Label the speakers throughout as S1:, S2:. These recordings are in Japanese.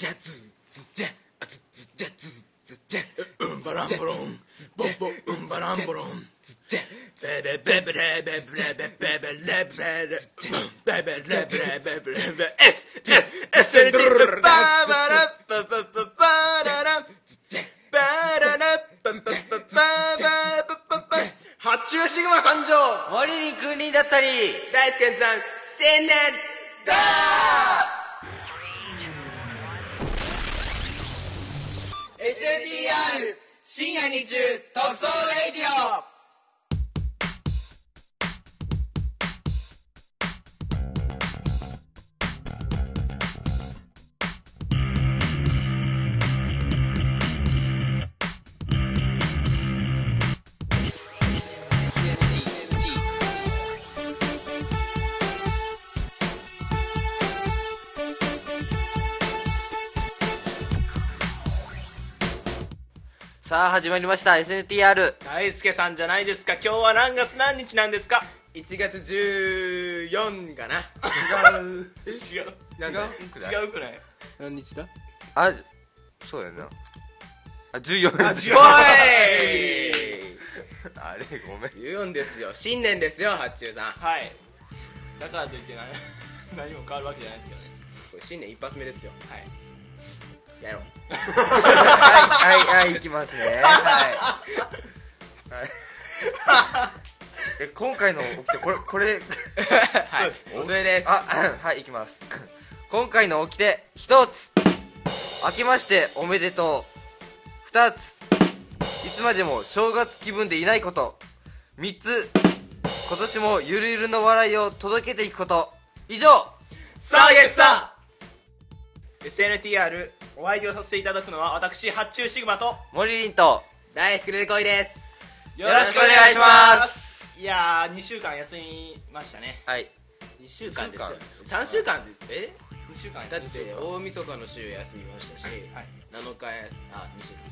S1: じゃズズじゃあズズじゃズズじゃ
S2: うんばらんぼろんボッボうんばらんぼろん
S1: じゃ
S2: ベベベベレベベレベベレベレベレベレベレベレベレ SNT バーバラババババララバララバババババババ発注シグマ参上
S3: 森林君にだったり
S2: 大輔さん新年だ
S1: SNTR 深夜日中特捜レイディオ。
S3: さあ始まりました SNTR。
S2: 大輔さんじゃないですか。今日は何月何日なんですか。
S1: 1月14かな。
S2: 違う
S1: なんだ
S2: 違うくない。
S1: 何日だ。
S3: あ、そうやな。あ、14。
S2: あ、違う。
S1: おい
S3: あれごめん。
S1: 14ですよ。新年ですよ、発注さん。
S2: はいだからといって何も変わるわけじゃないですけどね。
S1: これ新年一発目ですよ。
S2: はい
S1: やろう。
S3: はい行きますね。今回の起きてこれ
S1: はい、それです。
S3: はい行きます。今回の起きて1つ、明けましておめでとう。2つ、いつまでも正月気分でいないこと。3つ、今年もゆるゆるの笑いを届けていくこと。以上。
S1: さあゲッサ
S2: SNTR お相手をさせていただくのは私発注シグマと
S3: 森林と
S1: 大好きでこいです。
S2: よ
S3: ろしくお願いします。
S2: いやー2週間休みましたね。
S3: はい。
S1: 2週間ですよ。
S3: 二週間
S1: 3週間で
S2: 2週間
S1: だって
S2: 休み
S1: 大晦日の週休みましたし、
S2: はい
S1: 7日2週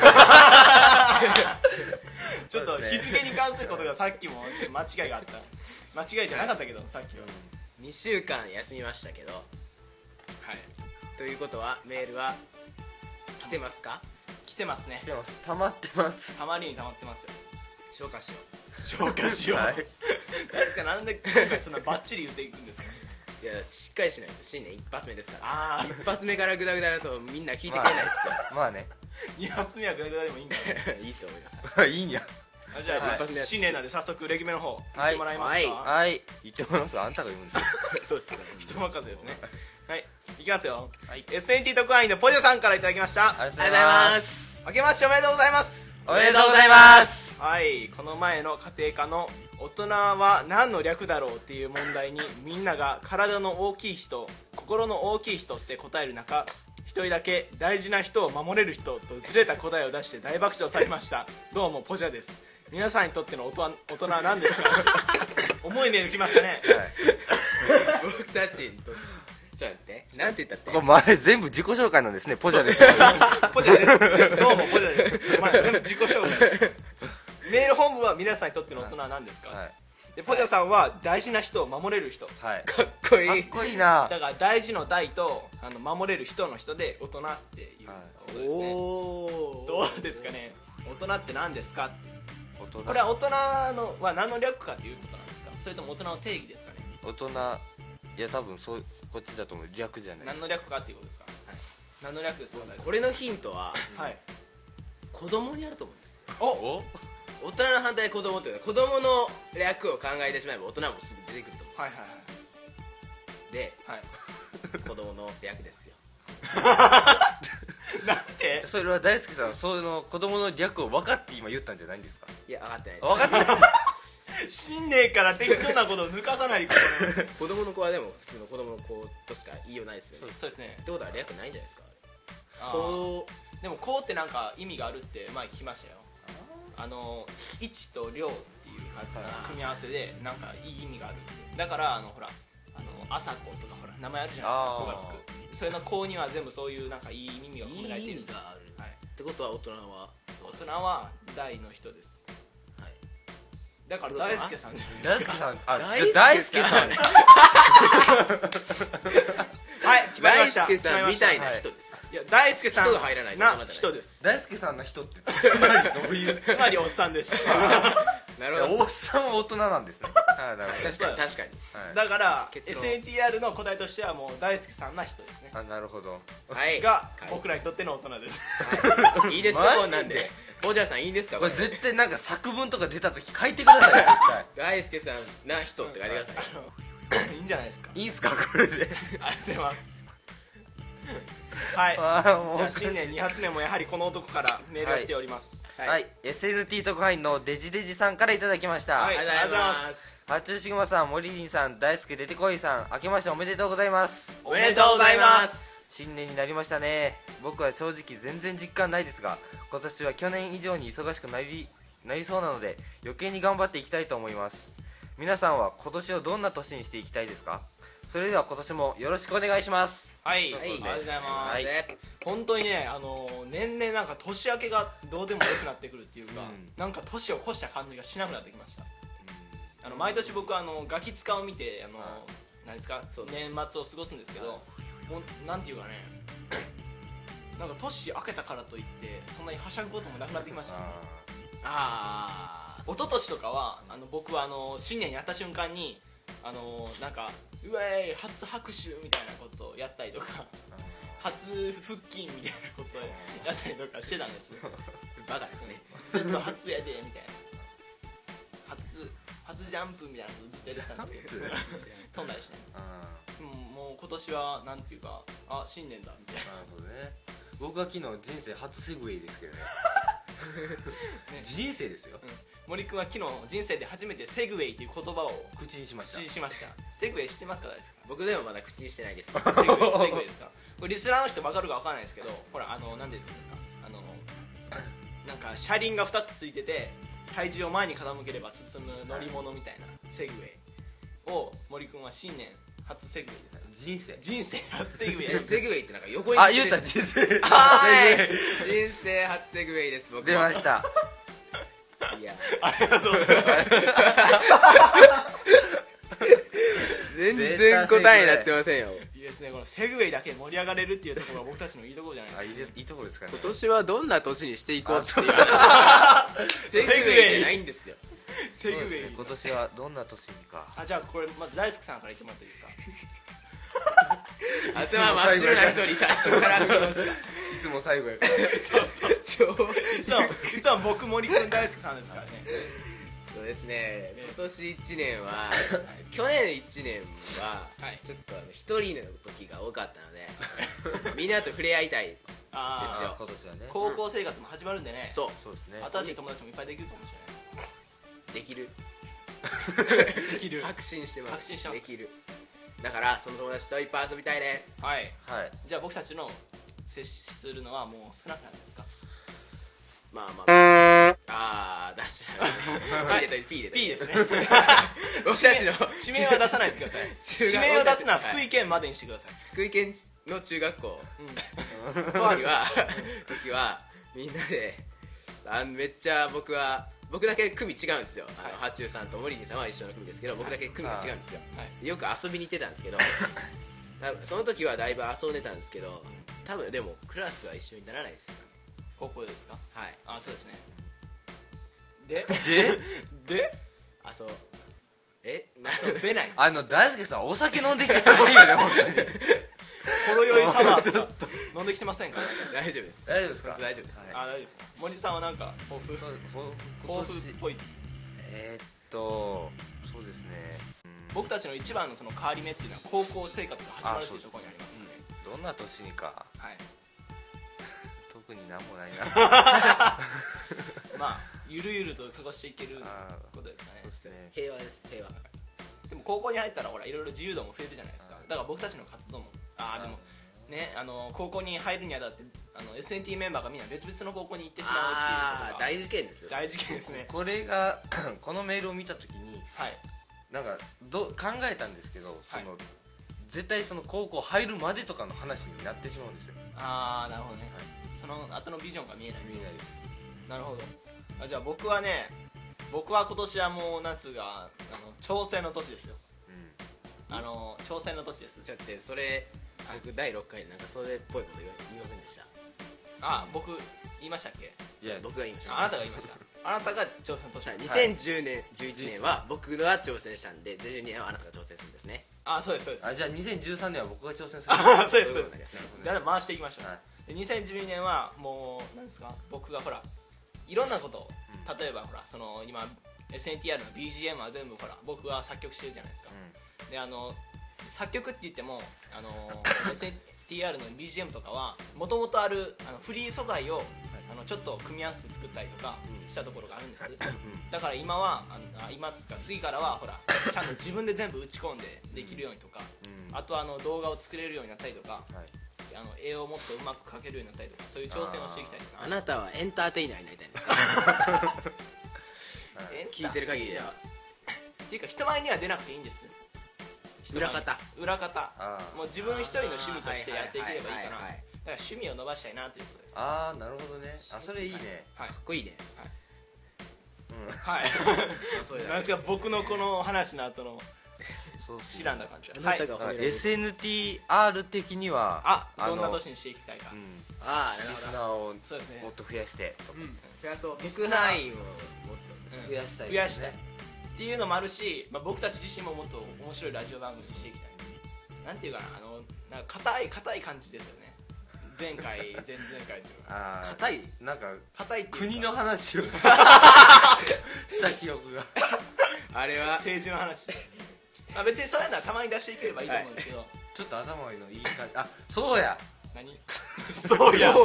S2: ちょっと日付に関することがさっきもちょっと間違いがあった間違いじゃなかったけどさっきは
S1: 間2週間休みましたけど、
S2: はい
S1: ということはメールは来てますか。
S2: 来てますね。
S3: 来てます。溜まってます。
S2: たまりにたまってますよ。
S1: 消化しよ
S2: 消化しよう。
S3: はい
S2: ですか。なんで今回そんなバッチリ言っていくんですかね。
S1: う。いやしっかりしないと新年一発目ですから。
S2: あ
S1: 一発目からグダグダだとみんな聞いてくれないっすよ。
S3: まあね。
S2: 2発目はグダグダでもいいんだね。
S1: いいと思います。
S3: いいんや。
S2: じゃあ、
S1: はい一発目
S2: 新年なんで早速レギュメの方行ってもらえますか。
S3: はい言ってもらいます。あんたが言うんですよ。
S1: そうっすね。
S2: 人任せですね。はいいきますよ。SNT 特派員のポジョさんからいただきました。
S3: ありがとうご
S1: ありがとうござい
S3: ざいま。
S1: ますす。
S2: 明けましておめでとうございます。
S3: おめでとうございます。
S2: はいこの前の家庭科の大人は何の略だろうっていう問題にみんなが体の大きい人心の大きい人って答える中、一人だけ大事な人を守れる人とずれた答えを出して大爆笑されました。どうもポジャです。皆さんにとっての大人は何ですか。重いメール来ましたね。
S1: 僕たちにとちょっと待って、なんて言ったって。
S3: これ前全部自己紹介なんですね。ポジャです。
S2: ポジャです。どうもポジャです。まあ、全部自己紹介。メール本部は皆さんにとっての大人は何ですか。
S3: はい
S2: でポジャさんは大事な人を守れる人。
S3: はい。
S1: かっこいい。
S3: かっこいいな。
S2: だから大事の大と守れる人の人で大人っていうことですね。
S1: おー。
S2: どうですかね。大人って何ですかって。
S3: 大人。
S2: これは大人のは何の略かということなんですか。それとも大人の定義ですかね。
S3: 大人。いや多分そうこっちだと思う。略じゃない。
S2: 何の略かっていうことですか。何の略ですか。
S1: これのヒントは
S2: はい。
S1: 子供にあると思うんですよ。
S2: お
S1: 大人の反対子供っていうか、子供の略を考えてしまえば大人もすぐ出てくると思
S2: はいはいう
S1: で、
S2: はい
S1: 子供の略ですよ。
S2: なんて
S3: それは大輔さんその子供の略を分かって今言ったんじゃないんですか。
S1: いや、分かってない
S3: 分かってない。
S2: 新年から適当なことを抜かさないことね。
S1: です。子供の子はでも普通の子供の子としか言いようないですよね。
S2: そうですね。
S1: ってことは略ないんじゃないですか。
S2: あー
S1: こ
S2: でもこうってなんか意味があるって前聞きましたよ。一と両っていう感じの組み合わせでなんかいい意味があるって。だからほら朝子とかほら名前あるじゃないですか。子がつくそれの子には全部そういうなんかいい意味が
S1: う
S2: 込められている。
S1: いい意味がある、
S2: はい、
S1: ってことは大人は
S2: 大人は大の人です。
S1: はい。
S2: だから大輔さんじゃない
S3: 大輔さん、あ、
S1: 大輔
S3: じゃあ大輔さん。
S2: はい決まりました。
S1: 大輔さんみたいな人です。
S2: いや大輔さん
S1: 人が入らないと
S2: な
S1: どうなったらいいですか
S2: 人です
S3: 大輔さんな人ってつまりどういう
S2: つまりおっさんです
S1: なるほど。
S3: おっさんは大人なんですね。はい、なるほど。
S1: 確かに確かに。
S3: はい
S2: だから
S1: 結論
S2: SNTR の答えとしてはもう大輔さんな人ですね
S3: あ、なるほど。
S1: はい。
S2: が
S1: はい
S2: 僕らにとっての大人です
S1: はいいいですか
S3: マジで
S1: こんなんで。ボジャーさんいいんですか
S3: これ
S1: これ。
S3: 絶対なんか作文とか出た時書いてください絶対。
S1: 大輔さんな人って書いてください。
S2: いいんじゃないですか
S3: いいんすかこれで。
S2: ありがとうございますはい
S3: あーもう
S2: じゃあ新年2発目もやはりこの男からメールが来ております
S3: はい、SNT 特派員のデジデジさんからいただきました。
S2: はい
S1: ありがとうございます。
S3: 八中シグマさん、森林さん、大輔出てこいさん、明けましておめでとうございます。
S1: おめでとうございます。
S3: 新年になりましたね。僕は正直全然実感ないですが、今年は去年以上に忙しくなりそうなので余計に頑張っていきたいと思います。皆さんは今年をどんな年にしていきたいですか？それでは今年もよろしくお願いします。
S2: はい、
S1: はい
S2: ありがとうございます、
S3: はい
S2: 本当にね、年々なんか年明けがどうでもよくなってくるっていうか、
S3: うん
S2: なんか年を越した感じがしなくなってきました、毎年僕はガキ使を見て何ですか
S1: そうそう
S2: 年末を過ごすんですけど、もうなんていうかねなんか年明けたからといってそんなにはしゃぐこともなくなってきました、
S1: あ
S2: 一昨年とかは僕は新年にやった瞬間になんかうわーい初拍手みたいなことをやったりとか初腹筋みたいなことをやったりとかしてたんです
S1: ーバカですね。
S2: 全部初やでみたいな初ジャンプみたいなことずっとやってたんですけど飛んだりしてもう今年はなんていうかあ新年だみたい
S3: なるほどね。僕は昨日人生初セグウェイですけどね。
S2: ね
S3: 人生ですよ。
S2: な、森君は昨日人生で初めてセグウェイという言葉を
S3: 口にしました
S2: 口にしましたセグウェイ知ってますか大輔さん
S1: 僕でもまだ口にしてないです。
S2: セグウェイですかこれリスナーの人分かるか分からないですけどほら何ですかなんか車輪が2つついてて体重を前に傾ければ進む乗り物みたいなセグウェイを森君は新年初セグウェイですか
S3: 人生。
S2: 人生初セグウェイ
S1: えセグウェイってなんか横に
S3: あ、言うた人生。
S1: はい人生初セグウェイです僕も
S3: 出ました。
S1: いや
S2: ありがとうございます
S1: 全然答えになってませんよ。
S2: いいですねこのセグウェイだけ盛り上がれるっていうところが僕たちのいいところじゃない
S3: あ、
S2: ですか
S3: いいところですかね。
S1: 今年はどんな年にしていこうっていう話セグウェイじゃないんですよ。
S2: セグウェイ、
S3: 今年はどんな年にか。
S2: じゃあこれまず大輔さんから言ってもらっていいですか
S1: 頭真っ白な人に最初から振りますか。
S3: いつも最後やから。
S2: そうそう実は僕森君大輔さんですからね
S1: そうですね。今年1年は去年1年は
S2: はい
S1: ちょっと一人の時が多かったのでみんなと触れ合いたい。
S2: あ
S1: ですよ
S3: 今年はね。
S2: 高校生活も始まるんでね
S1: そう
S3: そうですね。
S2: 新しい友達もいっぱいできるかもし
S1: できる
S2: れないできる
S1: 確信してます。
S2: 確信してます
S1: できる。だからその友達といっぱい遊びたいです。
S2: はい
S3: はい。
S2: じゃあ僕たちの接するのはもう少なくなるんですか
S1: まあまあ出したら P で
S2: P ですね
S1: 僕たちの
S2: 地名は出さないでください地名を出すのは福井県までにしてください
S1: 福井県の中学校
S2: と
S1: 時はみんなでめっちゃ僕だけ組違うんですよ。八中さんと森林さんは一緒の組ですけど僕だけ組が違うんですよ。
S2: はい
S1: よく遊びに行ってたんですけど多分その時はだいぶ遊んでたんですけど多分でもクラスは一緒にならないですか
S2: 高校ですか
S1: はい
S2: あそうですねで
S3: で
S1: そう
S2: 出ない
S3: 大輔さん、お酒飲んできてないよね、本当に。
S2: ほろ酔いサワーとか飲んできてませんか
S1: 大丈夫です。
S3: 大丈夫ですか？
S1: 大丈夫です。
S3: はい
S2: 大丈夫ですか森さんはなんか抱負
S3: 今
S2: っぽい
S3: そうですね。
S2: 僕たちの一番のその変わり目っていうのは高校生活が始まるっていうところにありますので
S3: どんな年にか、
S2: はい
S3: 特になんもないな。
S2: まあゆるゆると過ごしていける
S3: あ
S2: ことですかね
S3: そうですね。
S1: 平和です平和。
S2: でも高校に入ったらほらいろいろ自由度も増えるじゃないですかだから僕たちの活動もでもね高校に入るにあたってSNT メンバーがみんな別々の高校に行ってしまうっていうことが
S1: 大事件ですよ。
S2: 大事件ですね
S3: これがこのメールを見たときに、
S2: はい
S3: なんか考えたんですけど、絶対その高校入るまでとかの話になってしまうんですよ。
S2: なるほどねその後のビジョンが見えない
S3: 見えないです。
S2: なるほどじゃあ僕はね僕は今年はもう夏が挑戦の年ですよ。挑戦の年です。
S1: ちょっとそれ僕第6回でなんかそれっぽいこと言いませんでした？
S2: 僕言いましたっけ？
S1: いや僕が言いました。
S2: あなたが言いました。あなたが挑戦の年。
S1: 2010年11年は僕が挑戦したんで、12年はあなたが挑戦するんですね。
S2: そうですそうです。
S3: じゃあ2013年は僕が挑戦する。
S2: そうですそうです。だから回していきましょう。2012年はもう何ですか、僕がほらいろんなことを、例えばほら今 SNTR の BGM は全部ほら僕が作曲してるじゃないですか。で作曲って言ってもSNTR の BGM とかはもともとあるフリー素材をちょっと組み合わせて作ったりとかしたところがあるんです。だから今は今つか次からはほらちゃんと自分で全部打ち込んでできるようにとか、あと動画を作れるようになったりとか、絵をもっとうまく描けるようになったりとか、そういう挑戦をしていきたいとか。
S1: あなたはエンターテイナーになりたいんですか？聞いてる限りでは。
S2: っていうか人前には出なくていいんです。
S1: 裏方
S2: もう自分一人の趣味としてやっていければいいかな。だから趣味を伸ばしたいなということです。
S3: なるほどね。それいいね。
S1: かっこいいね。
S2: はいなんですか、僕のこの話の後の知らんだ感じ。
S3: SNTR 的には
S2: どんな年にしていきたいか。
S3: リスナーをもっと増やして
S1: 増やそう。聞く範囲をもっと
S3: 増やしたい。
S2: 増やしたいっていうのもあるし、僕たち自身ももっと面白いラジオ番組にしていきたい。なんていうかな、なんか硬い感じですよね。前々回というか
S1: 硬い、
S3: なんか
S2: 硬いっていうか
S3: 国の話をした記憶が
S1: あれは
S2: 政治の話別にそういうのはたまに出していければいいと思うんですけど、
S3: ちょっと頭のいい感じ。そうや
S2: 何
S1: そうや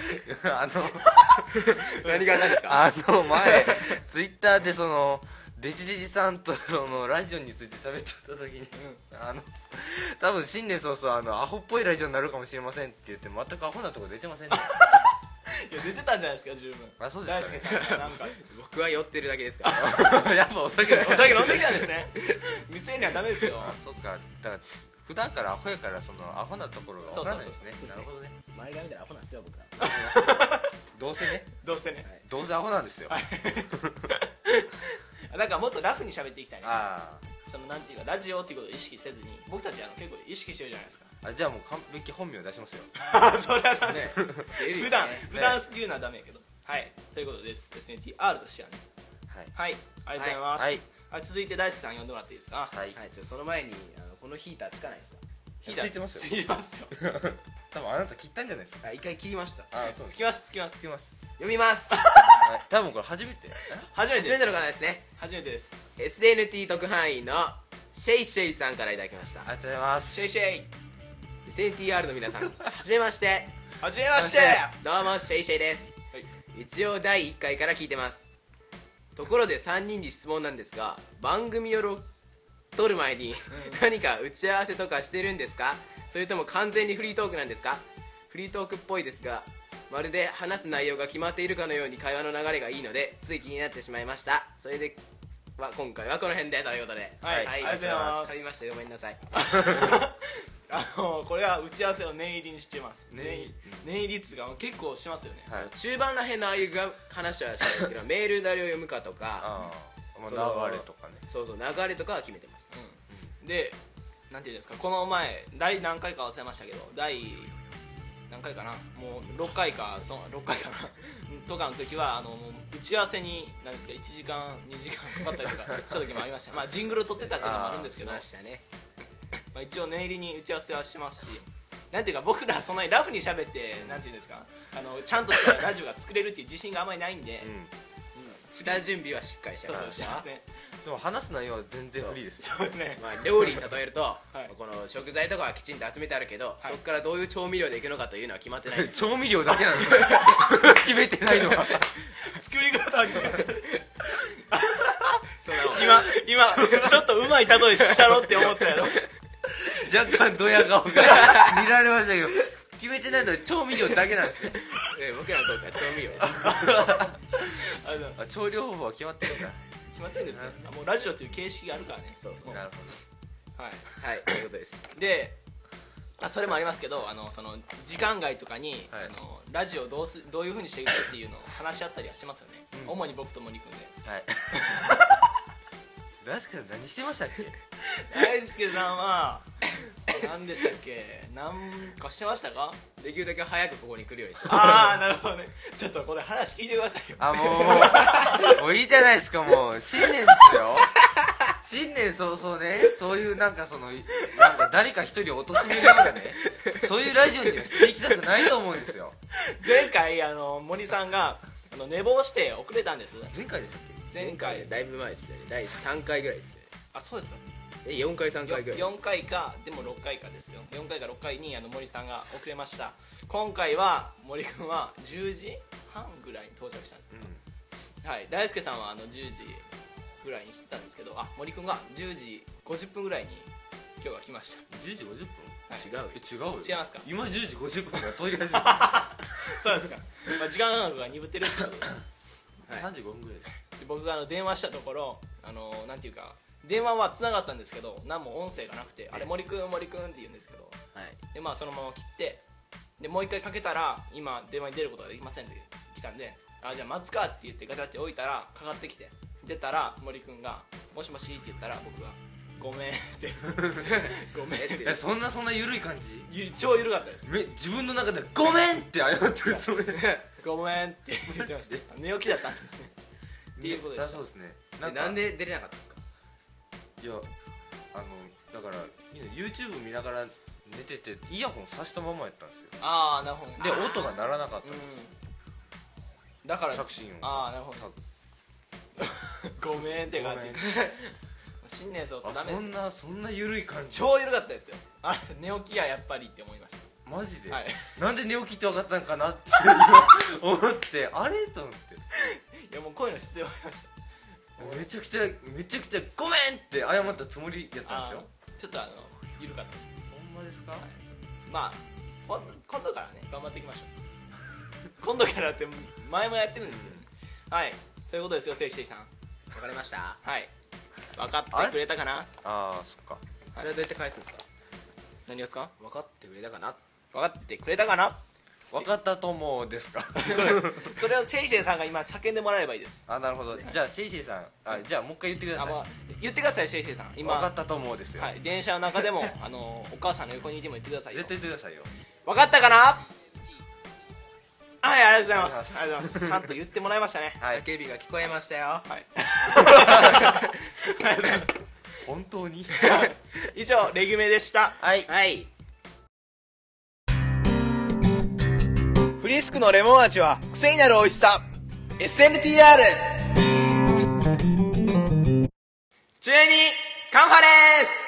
S1: 何が何ですか？
S3: 前ツイッターでデジデジさんとラジオについて喋ってた時に、多分新年早々アホっぽいラジオになるかもしれませんって言って全くアホなとこ出てませんね。
S2: いや出てたんじゃないですか、十分。
S3: そうですかね。
S2: 大輔さんなんか
S1: 僕は酔ってるだけですから
S3: やっぱお酒飲んで
S2: きたんですね。店にはダメですよ。
S3: そっか、だから普段からアホやからアホなところが分からないですね。なるほどね。
S1: 周りが見たらアホなんですよ僕ら。
S3: どうせね
S2: どうせ
S3: アホなんですよ。
S2: だからもっとラフに喋っていきたいね。
S3: なん
S2: ていうかラジオっていうことを意識せずに、僕たち結構意識してるじゃないですか。
S3: じゃあもう完璧本名出しますよ。
S2: それはダメ。普段言うのはダメやけど。ということです。SNTR としてはね。ありがとうございます。続いて大輔さん呼んでもらっていいですか？
S1: その前にこのヒーターつかないですか？
S3: ヒーターついてますよ。
S2: ついてますよ。
S3: 多分あなた切ったんじゃないですか？
S1: 一回切りました。
S2: つきます。
S1: 読みます。
S3: 多分これ初めて
S1: の方ですね。
S2: 初めてです。
S1: SNT 特派員のシェイシェイさんからいただきました。
S3: ありがとうございます。
S2: シェイシェイ。
S1: SNTR の皆さん、はじめまして。
S2: はじめまして。
S1: どうもシェイシェイです。一応第1回から聞いてます。ところで3人に質問なんですが、番組を撮る前に何か打ち合わせとかしてるんですか？それとも完全にフリートークなんですか？フリートークっぽいですが、まるで話す内容が決まっているかのように会話の流れがいいのでつい気になってしまいました。それでは今回はこの辺でということで、
S2: ありがとうございます。
S1: 噛みました、ごめんなさい。
S2: これは打ち合わせを念入りにしてます。念入り率が結構しますよね。
S1: 中盤らへんのああいう話はしたんですけどメール誰を読むかとか
S3: 流れとかね。
S1: 流れとかは決めてます。
S2: で、なんていうんですか、この前第何回か忘れましたけど、第何回かな、もう6回かなとかの時は打ち合わせに何ですか1時間2時間かかったりとかした時もありました。ジングル撮ってたっていうのもあるんですけど、一応念入りに打ち合わせはしますし、なんていうか僕らそんなにラフに喋ってなんていうんですか、ちゃんとしたラジオが作れるっていう自信があんまりないんで、
S1: 下準備はしっかりしてます。
S2: してますね。
S3: でも話す内容は全然フリーです。
S2: そうですね。
S1: 料理に例えるとこの食材とかはきちんと集めてあるけど、そこからどういう調味料でいくのかというのは決まってない。
S3: 調味料だけなんですよ決めてないのは。
S2: 作り方は今ちょっとうまい例えしたろって思ったやろ。
S3: 若干ドヤ顔が見られましたけど、決めてないのは調味料だけなんですね。
S1: 僕らのトークは調味料です。
S3: 調理方法は決まってるんだ。
S2: 決まってるんですね。もうラジオという形式があるからね。
S1: そう
S3: なるほ
S1: ど。はい、ということです。
S2: で、 それもありますけど、その時間外とかに、
S3: はい
S2: ラジオどういう風にしていくかっていうのを話し合ったりはしてますよね、主に僕と森君で。
S3: はい大輔さん何してましたっけ？
S2: 大輔さんは何でしたっけ、何かしてましたか？
S1: できるだけ早くここに来るようにして
S2: ああ、なるほどね。ちょっとこれ話聞いてくださいよ。
S3: あ、もういいじゃないですか。もう新年ですよ。新年早々ね、そういうなんかなんか誰か一人を貶めるようなね、そういうラジオにはしていきたくないと思うんですよ。
S2: 前回森さんが寝坊して遅れたんです。
S3: 前回でしたっけ？
S1: 前回ねだいぶ前ですよね。第3回ぐらいですよね。
S2: あ、そうですか。
S1: 4回3回ぐらい。
S2: 4回かでも6回かですよ。4回か6回に森さんが遅れました。今回は森君は10時半ぐらいに到着したんですか、はい。大輔さんは10時ぐらいに来てたんですけど、森君が10時50分ぐらいに今日は来ました。
S3: 10時50分？
S2: はい、
S1: 違うよ。
S3: 違うよ。
S2: 違いますか？
S3: 今10時50分から通り始めた。
S2: そうですか。時間感覚が鈍ってるってことで、
S3: 35分ぐらいです。
S2: で僕が電話したところなんていうか電話はつながったんですけど何も音声がなくて、あれ森くんって言うんですけど、
S1: はい。
S2: でそのまま切ってでもう一回かけたら今電話に出ることができませんって来たんで、じゃあ待つかって言ってガチャって置いたらかかってきて、出たら森くんがもしもしって言ったら僕がごめんってごめんって
S3: そんな緩い感じ？
S2: 超緩かったです。
S3: 自分の中でごめんって謝ってるつもりで
S2: ごめんって言ってました寝起きだったんですねっていうことでした。
S3: そうですね。
S1: なんで出れなかったんですか？
S3: いやだからみんな YouTube 見ながら寝ててイヤホンさしたままやったんですよ。
S2: ああ、なるほど。
S3: で音が鳴らなかったんです。
S2: だから
S3: 着信音。
S2: ああ、なるほど。ごめんって感じ。新年早々ダメです。
S3: そんな緩い感じ。
S2: 超緩かったですよ。寝起きやっぱりって思いました。
S3: マジで、
S2: はい、
S3: なんで寝起きって分かったんかなって思ってあれと思って、
S2: いやもう声の質で分かりました。
S3: めちゃくちゃごめんって謝ったつもりやったんですよ。
S2: ちょっと緩かったですね。
S3: ほんまですか？はい、
S2: まあ今度からね頑張っていきましょう今度からって前もやってるんですけどね。はいということですよ。せいしさん
S1: 分かりました。
S2: はい、分かってくれたかな。
S3: ああ、そっか。
S1: それはどうやって返すんですか？
S2: 何ですか？
S1: 分かってくれたかな。
S2: 分かってくれたかな。
S3: 分かったと思うですか？
S2: それをせいしさんが今叫んでもらえばいいです。
S3: あ、なるほど。じゃあせいしさん、じゃあもう一回言ってください。
S2: 言ってください。せいしさん今
S3: 分かったと思うですよ。
S2: はい、電車の中でもお母さんの横にいても言ってくださいよ。
S3: 絶対言ってくださいよ。
S2: 分かったかな。はい、ありがとうございます。ありがとうございます。ちゃんと言ってもらいましたね。
S1: はい、叫びが聞こえましたよ。
S2: はい。ありがとうございます。
S3: 本当に
S2: 以上レギュメでした。
S1: はいはい。
S2: フリスクのレモン味は癖になる美味しさ SNTR ジュエニーカンファレンス。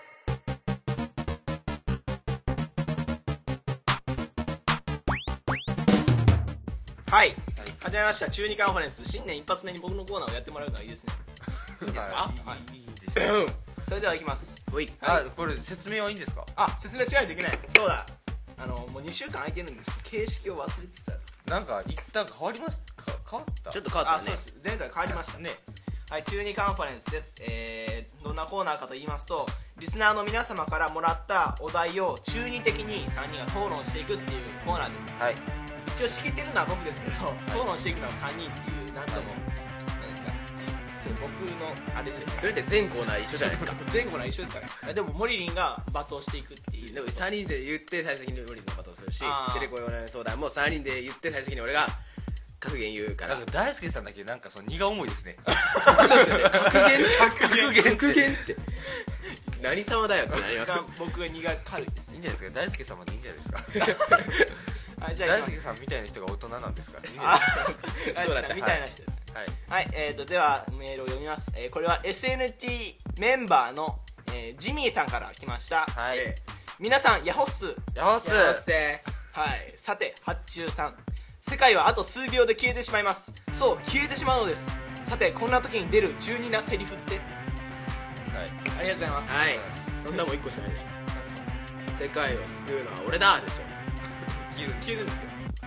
S2: はい、始めました中二カンファレンス。新年一発目に僕のコーナーをやってもらうのはいいですね。
S1: いいですか？
S3: はい、いいです。
S2: それではいきます。
S1: ほい。
S3: これ説明はいいんですか？
S2: 説明しないといけない。そうだ、もう2週間空いてるんです。形式を忘れつつある。
S3: なんか一旦変わりましたか？変わった？
S1: ちょっと変わったね。
S2: そうです。前回変わりましたね。はい、中二カンファレンスです。どんなコーナーかと言いますと、リスナーの皆様からもらったお題を中二的に3人が討論していくっていうコーナーです。
S3: はい。
S2: 一応仕切ってるのは僕ですけど、討論していくのは3人っていう、なんとも、なんですか、ちょっと僕のあれですね。
S1: それって全コーナー一緒じゃないですか。
S2: 全コーナー一緒ですからね。でもモリリンが罵倒していくっていう。
S1: でも3人で言って最終的にモリリンの罵倒するし、テレコお悩み相談も3人で言って最終的に俺が格言言うから。
S3: なんか大輔さんだけなんか荷が重いですね。
S1: そうですよね。格言って何様だよってなります。
S2: 僕が荷が軽いですね。
S3: いいんじゃないですか。大輔様でいいんじゃないですか。
S2: じゃあ
S3: 大輔さんみたいな人が大人なんですから。
S2: そうだったみたいな人です。はい、ではメールを読みます。これは SNT メンバーの、ジミーさんから来ました。
S3: はい。
S2: 皆さんヤホッス。
S3: ヤホッス。
S2: はい。さて発注さん、世界はあと数秒で消えてしまいます。そう消えてしまうのです。さてこんな時に出る中二なセリフって。はい、ありがとうございます。
S1: はい。そんなもん1個しかないでしょ。世界を救うのは俺だでしょ。
S2: 消えるんですよ。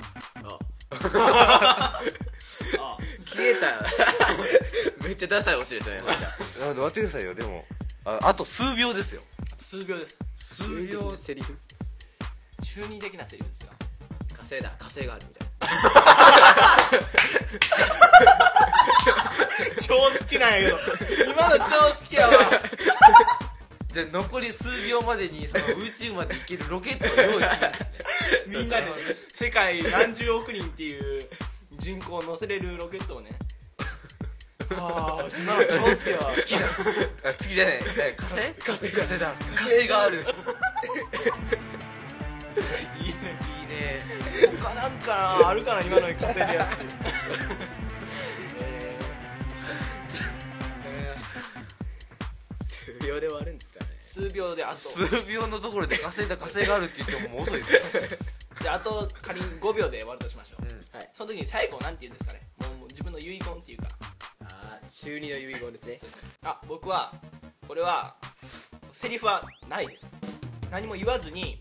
S1: 消えためっちゃダサいオチですよね。
S3: 待ってくださいよ。でもあと数秒ですよ。
S2: 数秒です。
S1: 数秒セリフ
S2: 中二的なセリフですよ。
S1: 火星だ、火星があるみたい
S2: 超好きなんやけど今の超好きやわ
S3: じゃあ残り数秒までにその宇宙まで行けるロケットを用意する
S2: みんなで世界何十億人っていう人口を乗せれるロケットをねああ、そんなの超好きやわ。好きだ。
S3: あ、次じゃない火星
S1: 火星
S3: 火星だ火星がある
S2: いいね。
S3: いいね。
S2: 他なんかなあるかな、今のに勝てるやつ
S1: 数秒で終わるんですかね。
S2: 数秒であと
S3: 数秒のところで火星だ火星があるって言ってももう遅いですよ
S2: であと仮に5秒で終わるとしましょう、
S1: はい。
S2: その時に最後なんて言うんですかね。もう自分の遺言っていうか、
S1: あー、中二の遺言ですね。
S2: あ、僕はこれはセリフはないです。何も言わずに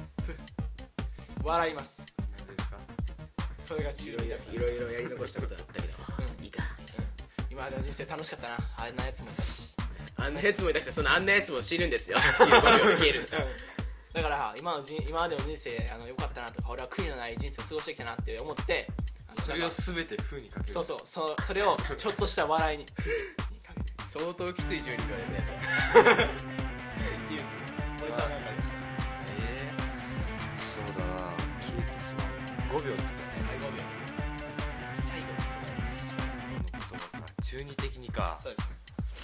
S2: 笑います。それが中二だから。
S1: いろいろやり残したことだったけど、いいか。
S2: 今までの人生楽しかったな。あんなやつもいたし
S1: あんなやつもいたし、そのあんなやつも死ぬんですよ。地球5秒で消えるんですよ。
S2: だから今までの人生良かったなとか、俺は悔いのない人生を過ごしてきたなって思って、
S3: それを全て風にかける。
S2: そうそれをちょっとした笑いにかけて
S1: 相当きつい12秒ですね、それ。
S2: っていう森さんなんか
S3: そうだな、消えてしまう5秒ですかね。
S2: はい、5秒最後の言葉ですね。
S3: この言葉か、中二的にか。
S2: そうですね。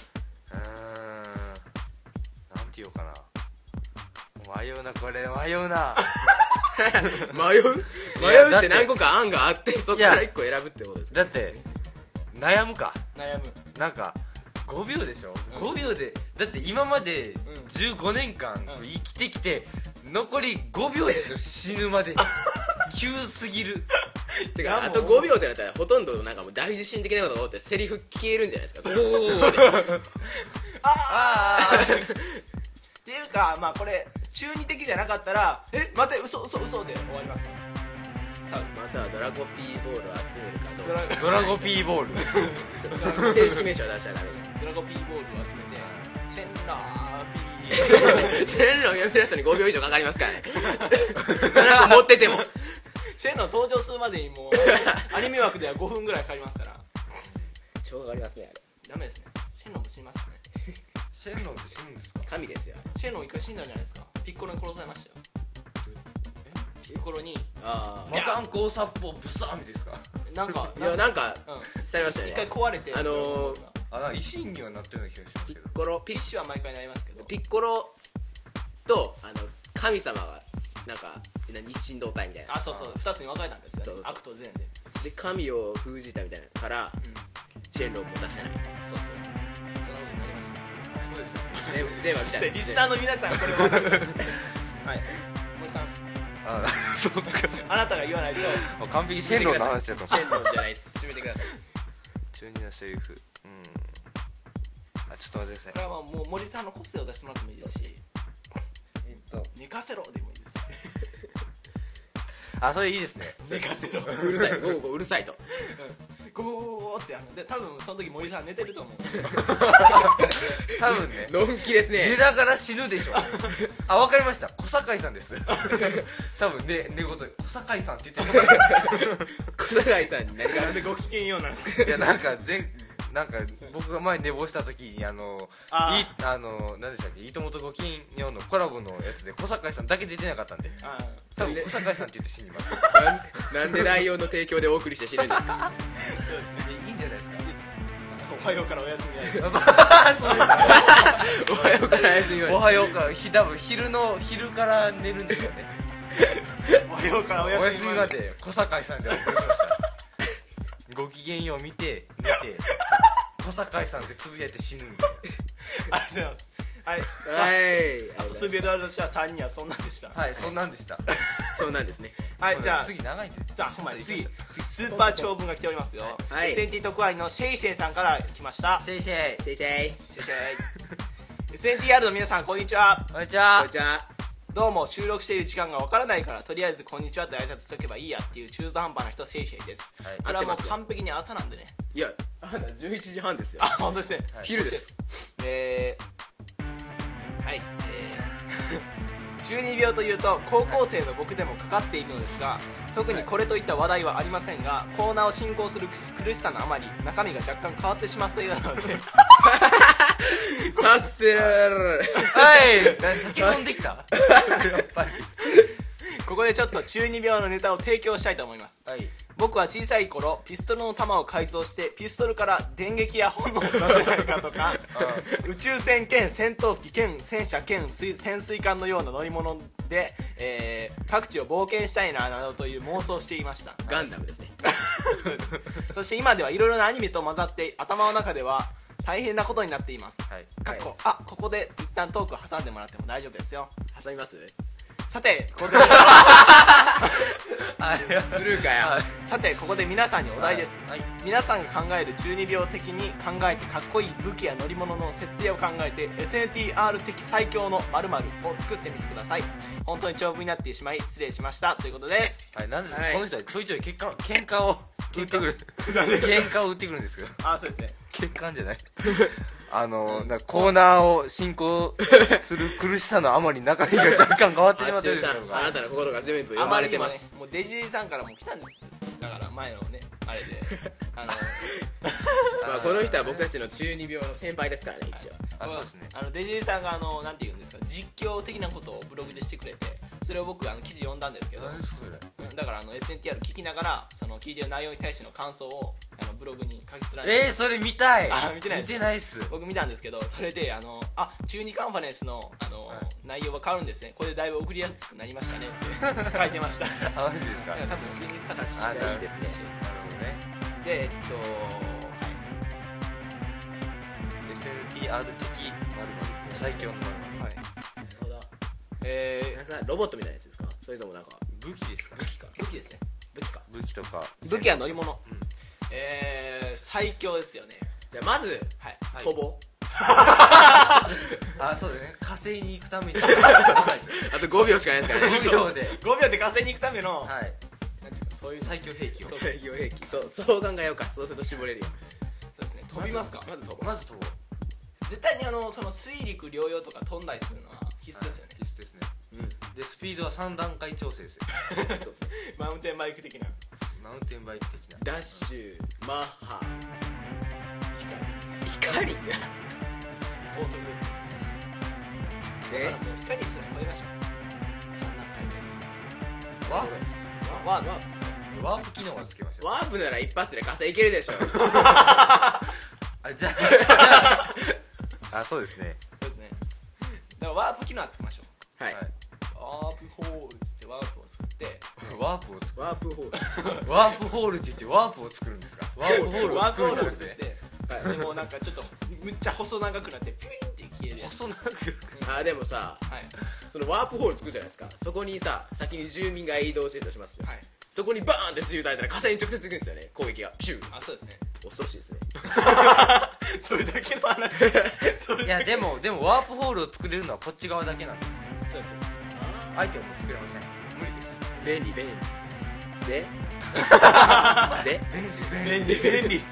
S3: なんて言おうかな。迷うな、これ迷うな
S1: 迷うって何個か案があって、そっから1個選ぶってことですか。
S3: だって悩むか、
S2: 悩む。
S3: なんか5秒でしょ、5秒でだって今まで15年間生きてきて残り5秒ですよ、死ぬまで急すぎる
S1: てか、あと5秒ってなったらほとんどなんかもう大地震的なことが起こってセリフ消えるんじゃないですか。
S2: っていうか、まあこれ中二的じゃなかったら待て、嘘で終わりますよ。
S1: またはドラゴピーボールを集めるかどうか。
S3: ドラゴピーボール
S1: 正式名称は出したらダメ。
S2: ドラゴピーボールを集めてシェンラーピー
S1: シェンロン読み出すのに5秒以上かかりますからね。なんか持ってても
S2: シェンロン登場するまでにもうアニメ枠では5分ぐらいかかりますから。
S1: 超かかりますね、あれ。
S2: ダメですね。シェンロンも死にますね。
S3: シェンロンって死ぬんですか。
S1: 神ですよ。
S2: シェンロン一回死んだんじゃないですか。ピッコロに殺されましたよ。ピッコロに
S1: あ
S3: 魔漢光殺法ブサーミですか。
S2: なんか
S1: あ。いや、なんか
S2: うん
S1: されましたね。
S2: 一回壊れて、
S1: あのー
S3: あ、なんか維新にはなってるような気がします
S1: ピ
S3: けど。
S1: ッコロ
S2: ピッシュは毎回なりますけど、
S1: ピッコロと神様がなんか一心同体みたいな。
S2: あ、そう2つに分かれたんですよね。
S1: そう
S2: 悪と善で。
S1: で神を封じたみたいなからシェンロンも出せない。
S2: そうそんなことになりました。
S3: そうですよね。
S1: 全話みたいな。
S2: リスナーの皆さんこれ分かるはい森さん、
S3: あ、そうか。
S2: あなたが言わないと
S3: 完璧にシェンロンの話だと
S1: シェンロンじゃないです。締めてください。
S3: 中二のセリフ、あ、ちょっと待ってください。
S2: これはもう森さんの個性を出してもらってもいいですし、寝かせろでもいいです。
S3: あ、それいいですね。
S2: 寝かせろ
S1: うるさい、ゴーゴーうるさいと。
S2: ゴーってで多分その時森さん寝てると思う。
S3: 多分ね、
S1: のんきです
S3: 寝
S1: ね。
S3: ながら死ぬでしょ。あ、わかりました、小堺さんです多分ね、寝言小堺さんって言ってる
S1: 小堺さんに何が
S2: なんでご機嫌ようなんですか。
S3: いや、なんか僕が前寝坊した時に何でしたっけ、いいともとごきげんようのコラボのやつで小堺さんだけ出てなかったんで、多分小堺さんって言って死にます
S1: なんでライオンの提供でお送りして死ぬんですか。
S3: いいんじゃないですか。
S2: おはようからおやすみなさい。
S1: おはようからおやすみ
S3: おはようか、多分昼から寝るんですよね。
S2: おはようからお
S3: お
S2: やすみまで。
S3: 休みまで小堺さんでお送りしましたごきげんよう見て寝て小堺さんってつぶやいて死ぬみたい
S2: ありがとうございます。はい
S1: はい
S2: あと数秒で終わるとしたら3人はそんなんでした。
S3: な。はい、そんなんでした。
S1: そうなんですね。
S2: はい、じゃあ
S3: 次長いんで。
S2: ほんまに次スーパー長文が来ておりますよ。
S1: はい
S2: SNT 特派員のシェイセイさんから来ました。
S3: シェイシェイ。
S1: シェイシェイ。
S2: シェイシェイ SNTR の皆さんこんにちは。
S3: こんにちは。
S1: じゃあ
S2: どうも収録している時間がわからないからとりあえずこんにちはって挨拶しとけばいいやっていう中途半端な人シェイシェイです。
S3: はい
S2: これはもう
S1: 合ってますよ
S2: 完璧に朝なんでね。
S1: いや、11時半ですよ
S2: あ、。本当ですね。
S1: 昼です。
S2: はい、 中二病というと高校生の僕でもかかっているのですが、特にこれといった話題はありませんが、コーナーを進行する苦しさのあまり中身が若干変わってしまったようなので
S1: させられる。
S3: はい酒飲んできたやっぱり
S2: ここでちょっと中二病のネタを提供したいと思います。僕は小さい頃ピストルの弾を改造してピストルから電撃や炎を出せないかとか宇宙船兼戦闘機兼戦車兼潜水艦のような乗り物で、各地を冒険したいなどという妄想をしていました。
S1: ガンダムですね。
S2: そして今ではいろいろなアニメと混ざって頭の中では大変なことになっています。ここで一旦トークを挟んでもらっても大丈夫ですよ。
S1: 挟みます？
S2: さてここで
S1: ブルーかよ。
S2: さてここで皆さんにお題です。皆さんが考える中二病的に考えてかっこいい武器や乗り物の設定を考えて SNTR 的最強の〇〇を作ってみてください。本当に長文になってしまい失礼しましたということです。
S3: なんでこの人はちょいちょい喧嘩を売ってくる喧嘩を売ってくるんですけど、
S2: そうですね、
S3: 喧嘩じゃないなんかコーナーを進行する苦しさのあまり中身が若干変わってしまってるんですよ。
S1: あなたの心が全部読まれてます。
S2: もうデジデジさんからも来たんです。だから前のねあれで
S1: この人は僕たちの中二病の先輩ですからね、一応。
S3: そうですね。
S2: デジデジさんがなんて言うんですか、実況的なことをブログでしてくれて、それを僕記事読んだんですけど、だからSNTR 聞きながらその聞いてる内容に対しての感想をブログに書き連ねて。
S3: それ見たい。
S2: 見てないです。
S3: 見てないっす。
S2: 僕見たんですけど、それで中二カンファレンスの内容は変わるんですね、これでだいぶ送りやすくなりましたねって書いてました。
S3: マジですか。
S2: 多分送りにくかったし、
S1: いいですね。
S3: なるほどね。
S2: で
S3: SNTR 的最強の
S1: なるほど。なんかロボットみたいなやつですか？それともなんか
S3: 武器ですか？
S2: 武器ですね。
S3: 武器とか
S2: 武器は乗り物。最強ですよね。
S1: じゃあまず飛ぼう。
S3: そうだね、火星に行くために
S1: あと5秒しかないですからね。
S2: 5秒で火星に行くための
S3: そういう最強兵器を。
S1: 最強兵器。そう考えようか。そうすると絞れるよ。
S2: そうですね。飛びますか？
S1: まず飛ぼう。
S2: 絶対にその水陸両用とか飛んだりするのは必須ですよね。
S3: 必須ですね。でスピードは3段階調整ですよ。
S2: マウンテンバイク的な。
S1: ダッシュ、マッハ、光ってなんですか？
S2: 高速です。だからもう光すら超えましょう。3段階で
S3: ワープ機能がつけました。
S1: ワープなら一発で火星行けるでしょ。
S3: じゃあそうですね。
S2: そうですね。だからワープ機能はつけましょう。
S1: はい。
S2: ワープホールってワープを作って
S1: ワープホール
S3: ワープホールって言ってワープを作るんですか？ワープホールを作るんですね。
S2: でもなんかちょっとむっちゃ細長くなってピュインって消えるやつ。
S3: 細長く。
S1: でもさ、そのワープホール作るじゃないですか。そこにさ、先に住民が移動してるとしますよ。そこにバーンって銃撃たれたら火星に直接行くんですよね、攻撃が。ピュー。
S2: そうですね。
S1: 恐ろしいですね。
S2: それだけの話。
S3: いやでもワープホールを作れるのはこっち側だけなんです。
S2: そうです。
S3: 相手はもう作れません。無理です。
S1: 便利で
S2: 便利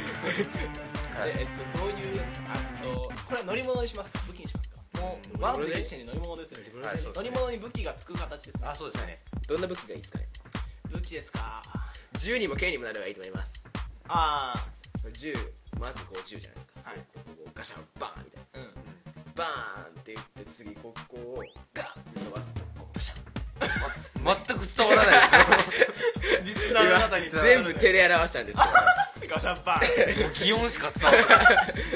S2: どういうやつか。これは乗り物にしますか？武器にしますか？もうワープで時点で乗り物ですよね。乗り物に武器がつく形ですか？
S3: そうですね。
S1: どんな武器がいいですかね？
S2: 武器ですか。
S1: 銃にも剣にもなるのがいいと思います。銃、まずこう銃じゃないですか。ガシャンバーンみたいな。バーンって言って次ここをガンって伸ばすとバシャン。
S3: 全く伝わらないですよ。
S2: リスナーの方に
S1: 全部手で表したんですけ
S2: どガシャンバーン。
S3: 擬音しか伝わらない。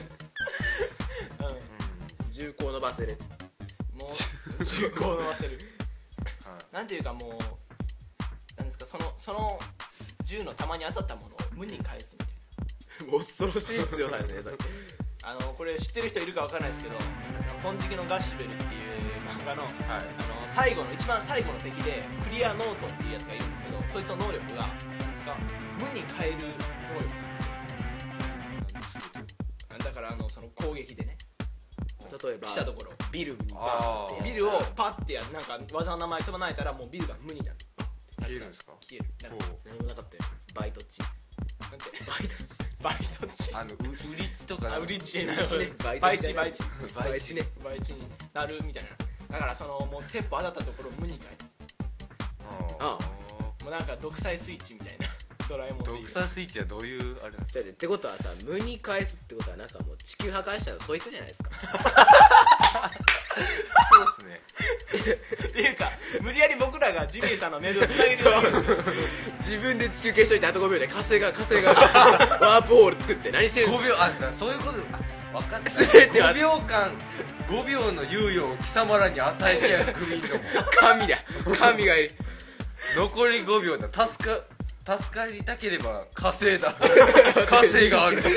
S1: 銃口伸ばせる。
S2: もう銃口伸ばせる。なんていうかもうなんですか、その銃の弾に当たったものを無に返すみたい
S1: な。恐ろしい強さですねそれ。
S2: これ知ってる人いるかわからないですけど、金色のガッシュベルっていう漫画の、一番最後の敵でクリアノートっていうやつがいるんですけど、そいつの能力がなんですか、無に変える能力なんですよ。だからその攻撃でね、
S1: 例えば
S2: 来たところ
S1: ビルに
S2: ビルをパッてやる、なんか技の名前飛ばないたらもうビルが無になる。
S3: 消えるんですか？
S2: 消える。
S1: 何もなかったよ。バイト値。
S2: なんて
S1: バイト値。
S3: 売り値とか。
S2: 売り値。
S1: バイ値ね。
S2: 倍値になるみたいな。 だからそのもうテンポ当たったところを無に変えた。
S1: あ
S2: もうなんか独裁スイッチみたいなドラえもんでいう
S3: 独裁スイッチはどういうあれなんですか？
S1: ってことはさ、無に返すってことはなんかもう地球破壊したのそいつじゃないですか。
S3: そうですね。
S2: っていうか無理やり僕らがジミーさんのメールをつなげてるわけですよ。
S1: 自分で地球消しといてあと5秒で火星がワープホール作って何してるんです
S3: 5
S1: か。
S3: 秒そういうこと分かった
S1: 全ては
S3: 5秒間5秒の猶予を貴様らに与えてやるグミンども
S1: 神だ、神がいる。
S3: 残り5秒だ。助かりたければ火星だ火星がある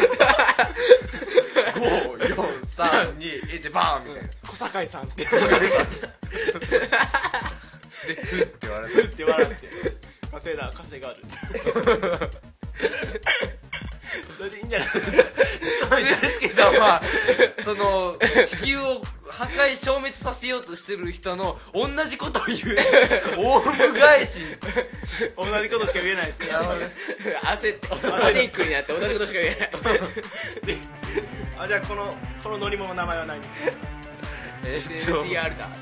S3: 54321バーンみたいな
S2: 小堺さんって
S3: でふって笑
S2: ふって笑って火星だ、火星があるそれでいいんじゃないですか。
S3: うさんはその地球を破壊消滅させようとしてる人の同じことを言うオウム返し
S2: 同じことしか言えないですね。
S1: 焦ってパニックになって同じことしか言えない。
S2: あ、じゃあこの乗り物の名前は何？
S1: SNTR だ。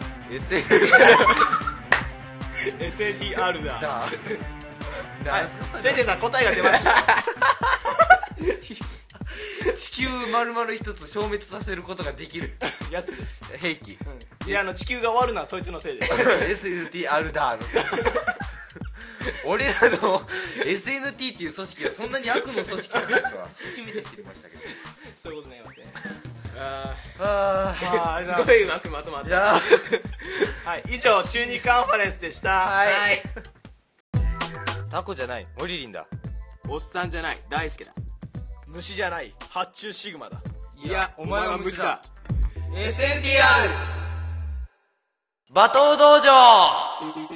S2: SATR だ。
S3: だ
S2: はい、先生さん答えが出ました。
S3: 地球丸々一つ消滅させることができる
S2: やつです。
S3: 兵器
S2: いや地球が終わるのはそいつのせいです。
S3: SNT アルダーの俺らの SNT っていう組織がそんなに悪の組織だったとは初めて知りましたけど。
S2: そういうことになりますね。
S3: あ
S1: すごいうまくまとまった。
S3: いや
S2: はい、以上中二カンファレンスでした。
S3: はいタコじゃないモリリンだ。
S1: おっさんじゃない大輔だ。
S2: 虫じゃない発注シグマだ。
S1: いやお前は虫だ。
S3: SNTR 罵倒道場。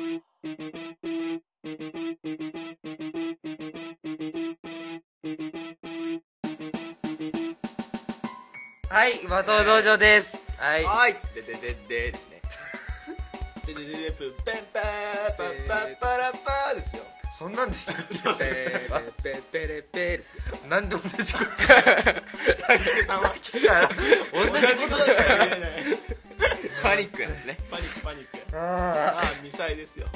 S3: はい罵倒道場です。はい
S2: はい。
S1: でですね。
S2: でプッペンパーパッパッパラッパーですよ。
S3: そんなんでした
S1: ペレペレペですよ。
S3: なんで同じこと
S2: 大輔さんは
S3: 同じことしか言えない。
S1: パニックなんですね。
S2: パニックパニック。
S3: あ
S2: あ、ミサイですよ。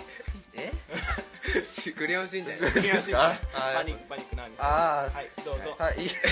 S1: クレヨンしんちゃん。
S2: パニック
S3: あ
S2: パニックなんです。
S3: あ
S2: はい、どうぞ。
S3: はい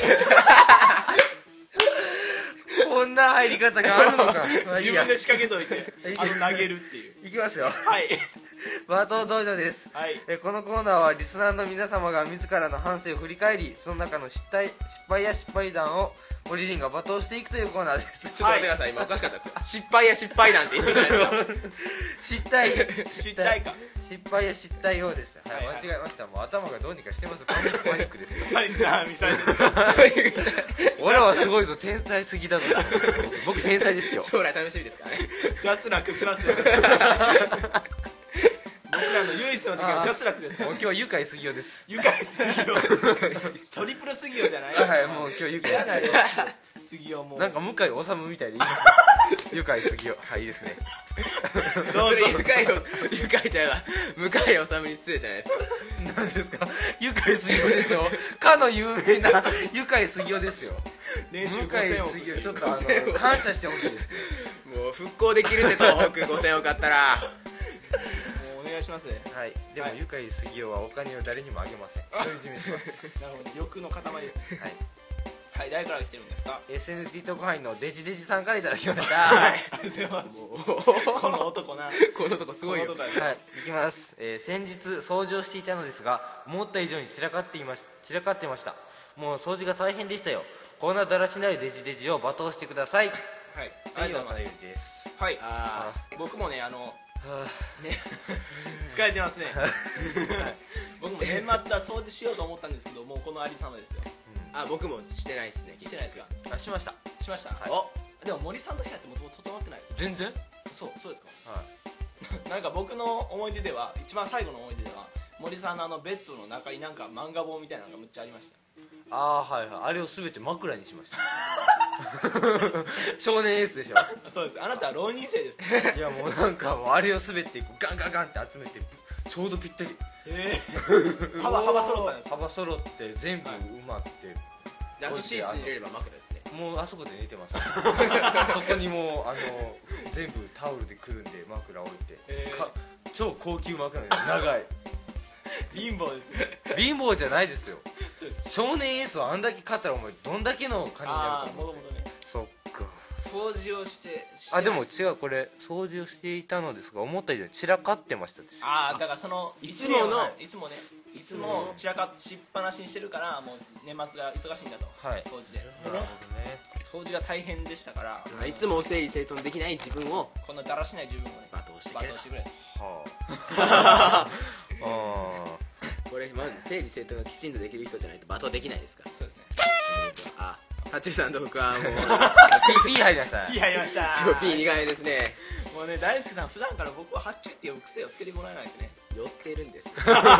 S3: こんな入り方があるのか。まあいいや
S2: 自分で仕掛けといて投げるっていう。
S3: いきますよ。
S2: はい
S3: 罵倒道場です。
S2: はい
S3: このコーナーはリスナーの皆様が自らの反省を振り返り、その中の失敗や失敗談をモリリンが罵倒していくというコーナーです。
S1: ちょっと待ってください、今おかしかったですよ。失敗や失敗なんて一緒じゃないですか。
S3: 失態
S2: 失態か。
S3: 失敗や失態をですね。はい、
S2: はいはい
S3: 間違えました。もう頭がどうにかしてます。パニックですよ。
S2: パニックなミサイですよ。
S3: 俺はすごいぞ、天才すぎだぞ。僕天才ですよ。
S1: 将来楽しみですからね。
S2: ジャスラックプラスです。僕らの唯一の敵はジャスラックです。
S3: もう今日は愉快杉尾です。
S2: 愉快杉尾。トリプル杉尾じゃない。
S3: はい、もう今日愉快
S2: 杉尾も。
S3: なんか向井治みたいでいいですね。愉快杉尾。はい、いいですね。
S2: どうぞ。
S1: 愉快ちゃうわ。向井治に失礼じゃないですか。
S3: 何ですか。愉快杉尾ですよ。かの有名な愉快杉尾ですよ。
S2: 年収
S3: 向井
S2: 5000億。
S3: 杉尾ちょっと感謝してほしいですね。
S1: もう復興できるって東北5000億あったら。
S2: もうお願いしますね。
S3: はい、でも愉快杉尾はお金を誰にもあげません。独り占めします。
S2: なるほど。欲の塊ですね。
S3: はい。
S2: はい、誰から来てるんですか。
S3: SNT 特派員のデジデジさんからいただきました。
S1: はい。
S2: ありがとうございます。この男な。
S1: このとこすごいよ。
S2: この男や
S3: はい、いきます、先日掃除をしていたのですが、思った以上に散らかってました。もう掃除が大変でしたよ。こんなだらしないデジデジを罵倒してください。
S2: はい、ありがとうございます。
S3: です。
S2: はい、
S1: あ
S2: 僕もね
S3: は
S2: ね疲れてますね。僕も年末は掃除しようと思ったんですけど、もうこのありさまですよ。
S1: あ、僕もしてないですね。
S2: してないですが、
S3: あ、しました。
S2: しました。
S1: お、
S2: でも森さんの部屋ってもともと整ってないですよ。
S3: 全然。
S2: そうですか。
S3: は
S2: なんか僕の思い出では、一番最後の思い出では森さんのベッドの中になんか漫画本みたいなのがむっちゃありました。
S3: あー、はいはい、あれをすべて枕にしました。少年エースでしょ。
S2: そうです。あなたは浪人生ですね。
S3: いやもうなんかもうあれをすべてこうガンガンガンって集めてちょうどぴったり
S2: 幅揃ったんです。
S3: 幅揃って全部埋まって
S1: であとシーツに入れれば枕ですね。
S3: もうあそこで寝てますそこにもう全部タオルでくるんで枕置いて、超高級枕です。長い
S2: 貧乏ですね。
S3: 貧乏じゃないですよ。
S2: そうです。
S3: 少年エースをあんだけ買ったらお前どんだけの金になると思う。
S2: もともとね、
S3: そっか。
S2: 掃除をして
S3: でも違う、これ掃除をしていたのですが思った以上に散らかってましたです。
S2: だからその
S1: いつもの
S2: いつも散らかしっぱなしにしてるからもう年末が忙しいんだと、
S3: はい、
S2: 掃除で。
S3: なるほどね。
S2: 掃除が大変でしたから
S1: いつも整理整頓できない自分を
S2: こんなだらしない自分をね
S1: 罵倒してくれた。
S2: 罵倒してくれ。
S3: はあ
S1: これまず整理整頓がきちんとできる人じゃないと罵倒できないですから。
S2: そうですね。
S1: ハッチュさんと僕はもう
S3: ピー入りました
S2: いい入りました
S1: 今日 P2 回目ですね。
S2: もうね、大輔さん普段から僕はハッチュっていう癖をつけてもらえないとね
S1: 寄ってるんです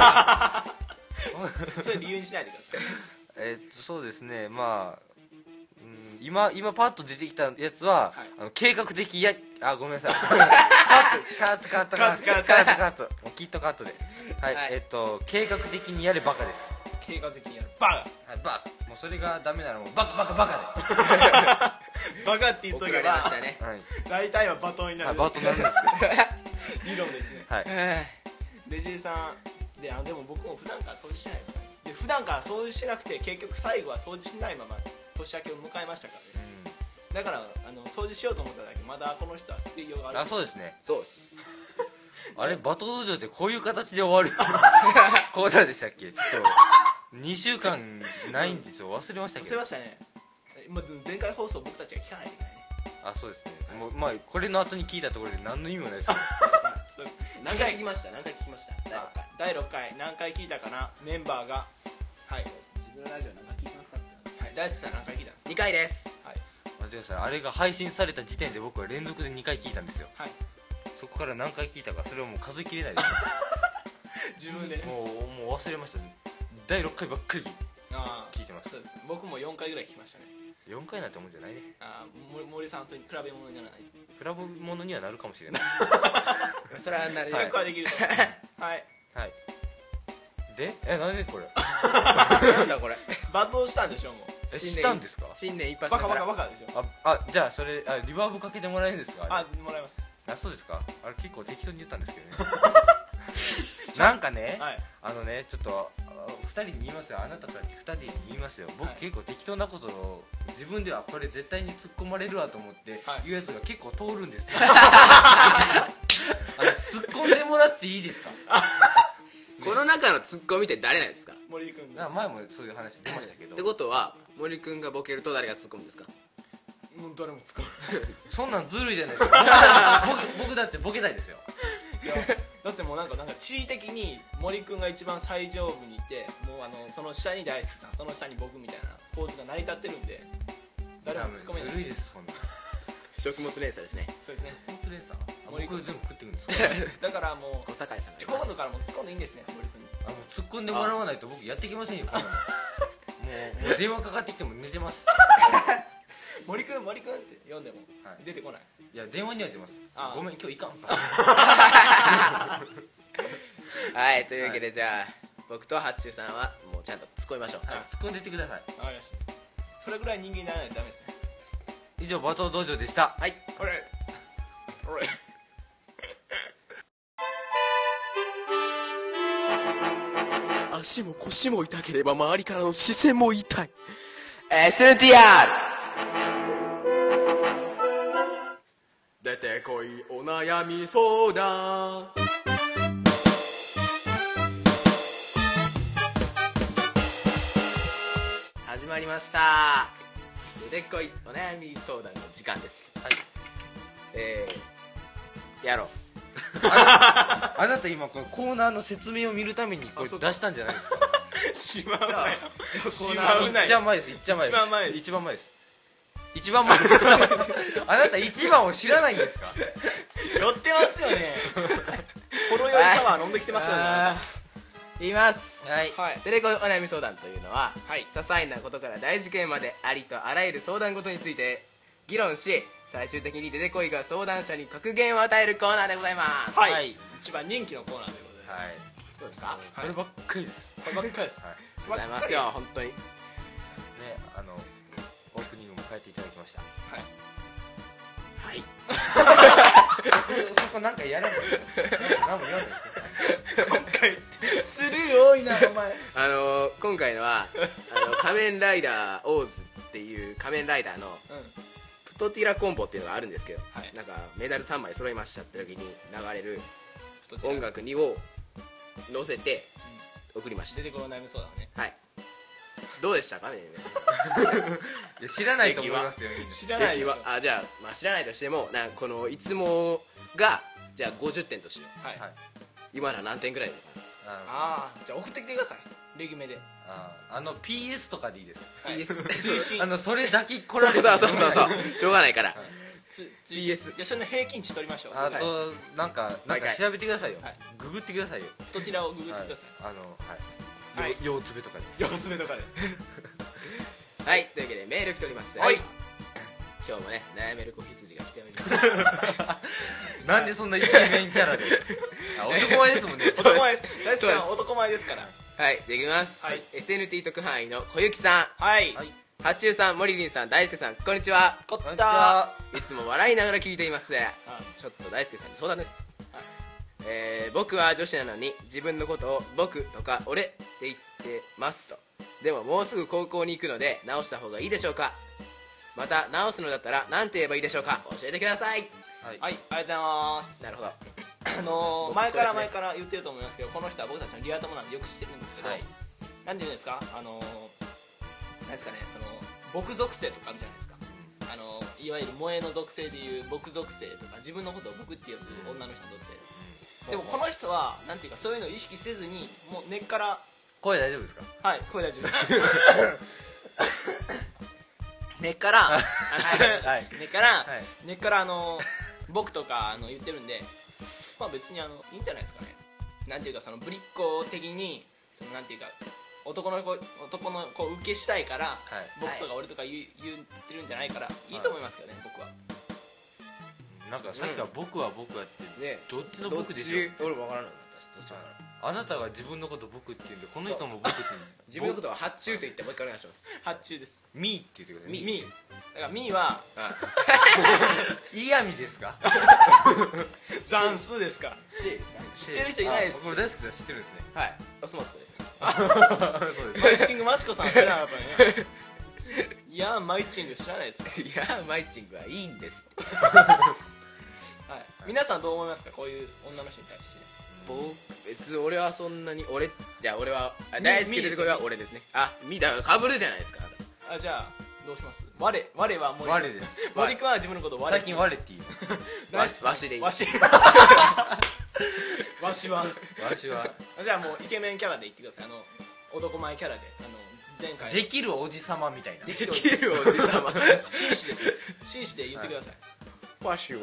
S2: それ理由にしないでください。
S3: そうですね、まあ、今パッと出てきたやつは、計画的ごめんなさいカットもうきっとカットで、はい、計画的にやれバカです。
S2: 計画的にやるバ
S3: はい、バカ。もうそれがダメならもうバカで
S2: カバカって言っと
S1: 怒ら
S2: けば
S1: れましたね。
S3: はい、
S2: 大体は罵倒になる、
S3: バトなんです
S2: 理論ですね。
S3: はい
S2: デジェさんでも僕も普段から掃除してないですからね。で普段から掃除しなくて結局最後は掃除しないまま年明けを迎えましたからね。だから掃除しようと思っただけまだこの人は救いようがある。
S3: そうですね。
S1: そうです
S3: あれ、バト道場ってこういう形で終わるコーナーでしたっけ。ちょっと2週間ないんでちょっと忘れましたけど。
S2: 忘れましたね。前回放送僕たちが聞かないといけないね。
S3: そうですね、もうまあこれの後に聞いたところで何の意味もないですよ
S2: そうです
S1: 何回聞きました
S2: 第6回何回聞いたかな。メンバーが
S1: 自分のラジオ何回聞いてますかって
S2: 大輔さん何回聞いたんですか。
S1: 2回です。
S2: はい
S3: 待ってください、あれが配信された時点で僕は連続で2回聞いたんですよ。
S2: はい。
S3: そこから何回聞いたかそれはもう数えきれないです
S2: 自分でね。
S3: もう忘れましたね。第6回ばっかり聞いてます。
S2: そう僕も4回ぐらい聞きましたね。
S3: 4回なんてもんじゃないね。
S2: 森さんと比べ物にならない。
S3: 比べ物にはなるかもしれない
S1: それはなる
S2: 記録はできるとはい
S3: はい。でなんでこれ
S1: なんだこれ
S2: 罵倒したんでしょ。もう
S3: したんですか。
S1: 新年一発
S2: バカバ
S1: だから
S2: カバカでしょ。
S3: じゃあそれリバーブかけてもらえるんですか。
S2: もらいます。
S3: そうですか。あれ結構適当に言ったんですけどねなんかね、
S2: はい
S3: ちょっと2人に言いますよ。あなたたち2人に言いますよ。僕、結構適当なことを自分ではこれ絶対に突っ込まれるわと思って言うやつが結構通るんですよ突っ込んでもらっていいですか
S1: この中のツッコミって誰なんですか。
S2: 森君です。
S3: 前もそういう話出ましたけど
S1: ってことは森くんがボケると誰がツッコむんですか。
S2: もう誰も使う
S3: そんなんずるいじゃないですか僕だってボケたいですよ。
S2: いやだってもうなんか地位的に森君が一番最上部にいて、もうその下に大輔さん、その下に僕みたいな構図が成り立ってるんで誰も突っ込めない。
S3: ずるいです。そんな
S1: 食物連鎖ですね。
S2: そうですね。
S3: 本当ですか。
S2: 森君
S3: 僕全部食ってくるんですか
S2: だからもう
S1: 小堺さんが
S2: 今度からもう今度いいんですね。森君に
S3: もう突っ込んでもらわないと僕やってきませんよ。こんなのもう電話かかってきても寝てます
S2: 森君って呼んでも出てこない。
S3: いや電話には出ます。ごめん今日いかん
S1: はいというわけで、じゃあ僕とハッチュさんはもうちゃんと突っ込みましょう。
S3: 突っ込んでってください。
S2: わかりました。それぐらい人間にならないとダメですね。
S3: 以上罵倒道場でした。
S1: はい
S2: これ
S1: 足も腰も痛ければ周りからの視線も痛い SNTR 出てこいお悩み相談。始まりました。出てこいお悩み相談の時間です。
S3: はい
S1: やろう。
S3: あなた今このコーナーの説明を見るためにこれ出したんじゃないですか。
S2: しまうなよ。し
S1: コーナ
S2: まうなよ。
S3: 一番前です。
S2: 一番前です。
S3: 一番前です。一番前です。あなた一番を知らないんですか。
S2: 寄ってますよね。ほろ酔いサワー飲んできてますよね。
S1: 言います。
S3: はい。
S2: はい
S1: 出てこいお悩み相談というのは、
S2: はい
S1: 些細なことから大事件までありとあらゆる相談事について議論し、最終的に出てこいが相談者に格言を与えるコーナーでございます。
S2: はい、
S3: はい
S2: 一番人気のコーナーということで、
S3: はい。
S1: そうですか。
S3: こればっかりです。
S2: こればっかりです。
S3: はい。
S1: ございますよ本当に。
S3: ね、 オープニングも変えていただきました。
S1: はい
S3: そこなんかやらないですか？何も言わないですよ。
S2: 今回スルー多いなお前。
S1: 今回のは仮面ライダーオーズっていう仮面ライダーのプトティラコンボっていうのがあるんですけど、
S2: はい、
S1: なんかメダル3枚揃いましたって時に流れる音楽にを載せて送りました。
S2: 出てこないそうだね。
S1: はい、どうでしたかね。
S3: いや知らないと思いますよ。みんな
S2: 知らないでしょ。
S1: じゃあ、まあ、知らないとしてもこのいつもがじゃあ50点としよう。
S2: はい、
S1: 今のは何点ぐらいだか
S2: じゃあ送ってきてください。レギュメで
S3: PS とかでいいです。
S1: PS
S2: 追伸
S3: それだけ来られる。
S1: そうしょうがないから、PS
S2: じゃあそれの平均値取りましょう。
S3: あとなんか調べてくださいよ。ググってくださいよ。
S2: フトティラをググってください。
S3: 腰つべとかで。
S2: 腰つべとかで。
S1: はい、というわけでメール来ております。
S2: はい、
S1: 今日もね悩める子羊が来ております
S3: なんでそんなイケメンキャラで男前ですもんね。
S2: 男前です。大好きな男前ですから。
S1: はい、じゃあいきます、
S2: はい、
S1: SNT 特派員の小雪さん、
S2: はい、
S1: 八中さん、モリリンさん、大輔さん、こんにちは。
S2: こんにちは。
S1: いつも笑いながら聞いています。ちょっと大輔さんに相談です。僕は女子なのに自分のことを僕とか俺って言ってますと。でももうすぐ高校に行くので直した方がいいでしょうか。また直すのだったら何て言えばいいでしょうか。教えてください。
S2: はい、ありがとうございます。
S1: なるほど。
S2: 前から言ってると思いますけど、この人は僕たちのリア友なんでよく知ってるんですけど、なんていうんですか、なんですかね、僕属性とかあるじゃないですか。いわゆる萌えの属性でいう僕属性とか、自分のことを僕って呼ぶ女の人の属性、でもこの人はなんていうか、そういうのを意識せずにもう根っから。
S3: 声大丈夫ですか？
S2: はい、声大丈夫根っから根っから僕とか言ってるんで、まあ別にいいんじゃないですかね。なんていうか、ぶりっ子的になんていうか、男の子を受けしたいから、僕とか俺とか言ってるんじゃないから、いいと思いますけどね、僕は。
S3: なんかさっきは僕は僕はってどっちの僕でしょ。
S1: 俺も分からない。私どっちか
S3: あなたが自分のこと僕って言うんで、この人も僕って
S1: 自分のことは発注と言ってもう一回お願いします。
S2: 発注です。
S3: ミーって言ってください。
S2: ミーだからミーは
S3: 嫌味ですか？
S2: 残数ですか？知ってる人いないです。
S3: これ大好きさん知ってるんですね。
S1: はい、おそ松子ですね。
S2: マイチングマチコさんは知らなかったね。いやマイチング知らないですか？
S1: いやマイチングはいいんです。
S2: はい、皆さんどう思いますか、こういう女の人に対して。
S1: 別に俺はそんなにじゃあ俺は大好き出てこいは俺ですね。ミだかぶるじゃないですか。
S2: じゃあどうします？我は森。
S3: 我です。
S2: 森君は自分のことを
S3: 最近我って言う。
S1: わしでいい。
S2: わしはじゃあもうイケメンキャラで言ってください。男前キャラで前回
S3: できるおじさまみたいな。
S1: できるおじさま
S2: 紳士です。紳士で言ってください。
S1: わし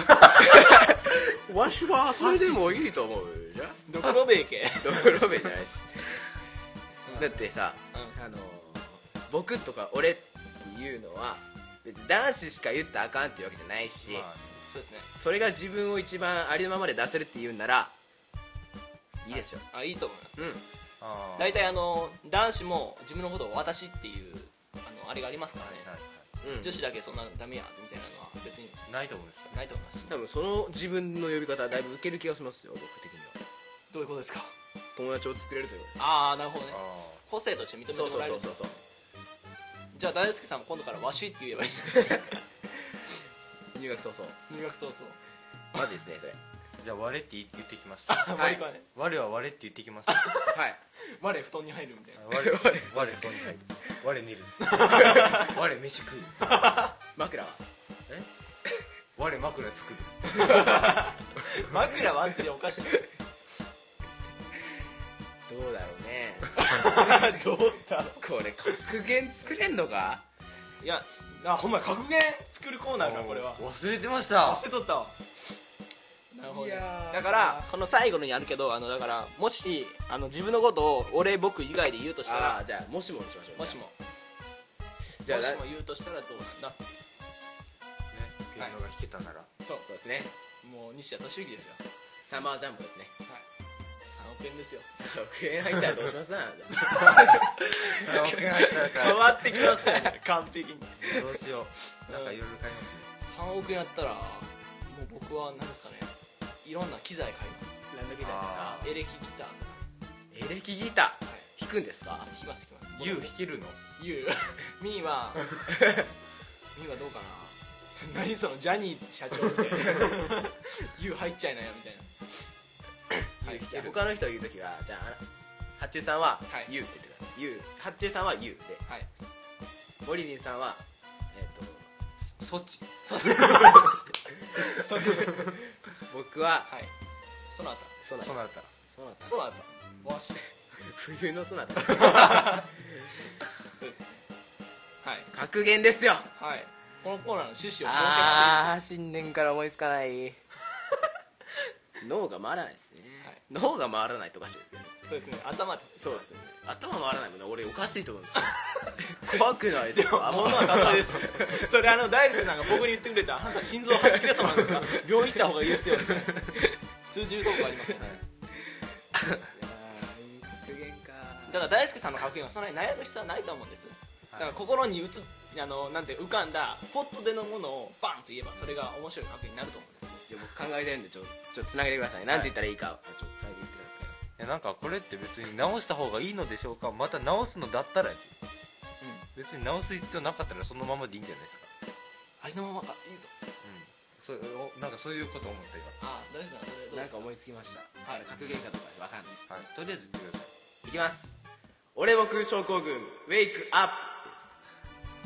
S1: はそれでもいいと思うじゃん。
S2: ドクロベイ系。
S1: ドクロベイじゃないです。だってさ、僕とか俺っていうのは別に男子しか言ったらあかんっていうわけじゃないし、
S2: そうですね。
S1: それが自分を一番ありのままで出せるっていうんならいいでしょ。
S2: いいと思います。
S3: 大
S2: 体男子も自分のことを私っていうあれがありますからね。女子だけそんなのダメやみたいなのは別に
S3: ないと思います。
S1: 多分その自分の呼び方はだいぶ受ける気がしますよ、僕的には。
S2: どういうことですか？
S1: 友達を作れるということです。
S2: なるほどね。個性として認めてもらえる。
S1: そう。
S2: じゃあ大輔さんも今度からわしって言えばいいじゃないですか。
S1: 入学早々マジですねそれ。
S3: じゃあ我って言ってきます。我は我って言ってきます。
S1: はい。
S2: 我布団に入るみたいな。
S3: 我布団に入る。我寝る。我飯食う。
S1: 枕は
S3: 我枕作る。
S2: 枕はあっておかしい。
S1: どうだろうね。
S2: どうだろう。
S1: これ格言作れんのか？
S2: いやほんま格言作るコーナーか。これは
S3: 忘れてました。
S2: 忘れとったわ。なるほど。だからこの最後にあるけど、だからもし自分のことを俺僕以外で言うとしたら、
S1: じゃあもしもにしましょう。
S2: もしも言うとしたらどうなんだ。
S3: ピアノが弾けたなら。
S1: そうですね。
S2: もう西田敏行ですよ。
S1: サマージャンボですね。
S2: はい。 億円ですよ。
S1: 3億円入ったらどうしますな
S3: 3億円入ったら
S2: 変わってきますよね完璧に。
S3: どうしよう。なんかいろいろ買いますね。
S2: 3億円やったらもう僕は何ですかね、いろんな機材買います。
S1: 何の機材ですか？
S2: エレキギターとか。
S1: エレキギター弾くんですか？
S2: 弾きます。
S3: ユウ弾けるの？
S2: ユウミーはどうかな。何そのジャニー社長みたいなユウ入っちゃいなよみたいな。はい、
S1: じゃあ他の人を言うときは、じゃあ発注さんは
S2: はい
S1: ユウって言ってください。ユウ、発注さんはユウで、
S2: はい。
S1: モリリンさんは
S3: そっち。
S1: 僕は
S2: はい。その後
S1: ソナタ。
S3: そうなったら
S2: その後わし
S1: 冬のソナタ
S2: そうですね。はい
S1: 格言ですよ。
S2: はい。このコーナーの趣旨を
S1: 新年から思いつかない脳が回らないですね、
S2: はい
S1: 脳が回らないとおかしいですけどね。
S2: そうですね、頭で
S1: そうですね、頭回らないもんね。俺おかしいと思うんですよ怖くないですか？
S2: 物は例えですそれ大輔さんが僕に言ってくれた、あなた心臓はち切れそうなんですか、病院行った方がいいですよみたいな通じるとこがありますよね。
S1: 格言か。
S2: だから大輔さんの格言はそんなに悩む必要はないと思うんです。だから心になんて浮かんだポットでのものをバンと言えばそれが面白い格言になると思うんです。
S1: じゃあ僕考えてるんでちょっとつなげてください。なんて言ったらいいか、ちょっとつなげて言ってください。
S3: いやなんかこれって別に直した方がいいのでしょうか、また直すのだったら、別に直す必要なかったらそのままでいいんじゃないですか。
S2: ありのまま、いいぞ。
S3: なんかそういうこと思った今。
S2: 大丈夫なそれ
S1: なんか思いつきました。はい、格言かとかわかんないです。
S3: はい、とりあえず言ってください。
S1: いきます。俺僕症候群ウェイクアップです。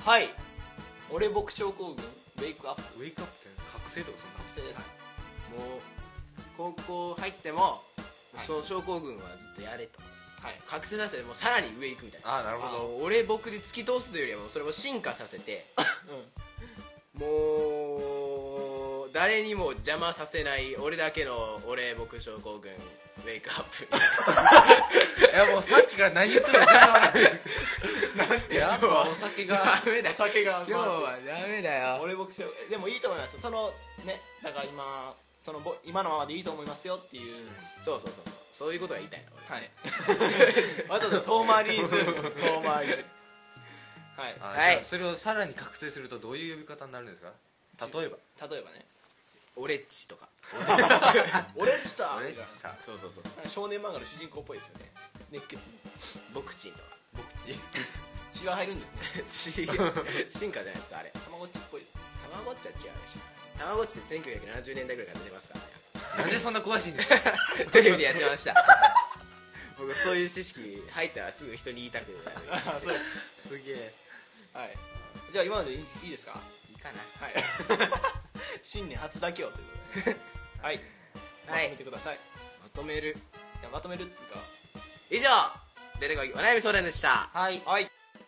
S2: はい。俺僕症候群ウェイクアップ。
S3: ウェイクアップって覚醒とかその
S2: 覚醒です。
S1: もう高校入っても、その症候群はずっとやれと、
S2: はい。
S1: 覚醒させてもうさらに上行くみたいな。
S3: ああなるほど。
S1: もう俺僕で突き通すというよりはもうそれを進化させてもう誰にも邪魔させない俺だけの俺僕症候群ウェイクアップ
S3: いやもうさっきから何言ってるのか分からない
S1: なんて
S3: やっぱお酒が
S1: ダメだ
S2: お酒が
S1: 今日はダメだよ。
S2: 俺僕症でもいいと思います。そのね、だから今のままでいいと思いますよっていう。
S1: そういうことが言いたいの俺。
S2: はいわざと遠回りにするんですよ。遠回り。はい
S1: はい
S3: じゃあそれをさらに覚醒するとどういう呼び方になるんですか？例えば
S2: ね、
S1: 俺っちとか
S2: 俺っちさ
S3: 俺っちさ
S1: そう
S2: なんか少年漫画の主人公っぽいですよね。熱血に
S1: 僕ちんとか
S3: 僕
S2: 血が入るんですね。
S1: 進化じゃないですかあれ。
S2: たまごっちっぽいですね。
S1: たまごっちは違うでしょ。たまごっちって1970年代ぐらいから出てますからね
S3: なんでそんな詳しいんですか？
S1: テレビでやってました僕そういう知識入ったらすぐ人に言いたくなるんですよ。
S3: すげえ。
S2: はい。じゃあ今のでいいですか？
S1: いいかな。
S2: はい新年初妥協ということではい、まとめてください。
S1: まとめる。
S2: いやまとめるっつうか、
S1: 以上ベルゴギお悩み相談でした。
S3: はい
S2: はい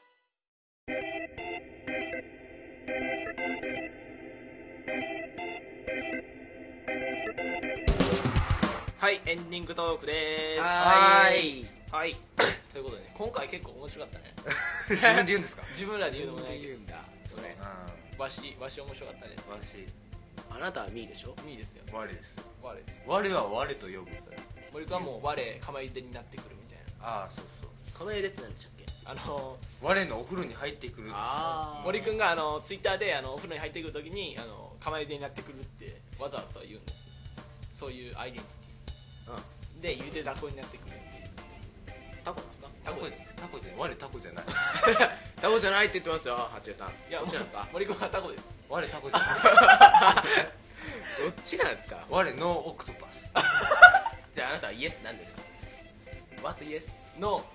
S2: はい、エンディングトークでーす。
S1: はーい。
S2: はいということでね、今回結構面白かったね。
S3: 自分で言うんですか？
S2: 自分らで言うのもないけど、
S1: 言うんだそれ。
S2: わし面白かったね。
S3: わし
S1: あなたはミーでしょ。
S2: ミーですよ。
S3: 我です。
S2: 我です。
S3: 我は我と呼ぶ。
S2: 森君はもう我釜茹でになってくるみたい
S3: ああそうそう。
S1: この茹でって何でしたっけ？
S2: な。
S3: 我のお風呂に入ってくる。
S1: あ
S2: 森君がツイッターでお風呂に入ってくるときに釜茹でになってくるってわざと言うんです。そういうアイデンティ
S1: あ。
S2: ティで茹でだこになってくるっていう。
S1: タコですか？
S3: タコです。タコで我タコじゃない。
S1: タコじゃないって言ってますよ八中さん。
S2: いや
S1: どっちなんですか？
S2: 森君はタコです。
S3: 我タコじゃない。
S1: どっちなんですか？
S3: 我ノーオクトパス。
S1: じゃああなたはイエスなんですか？What イエス？
S2: ノ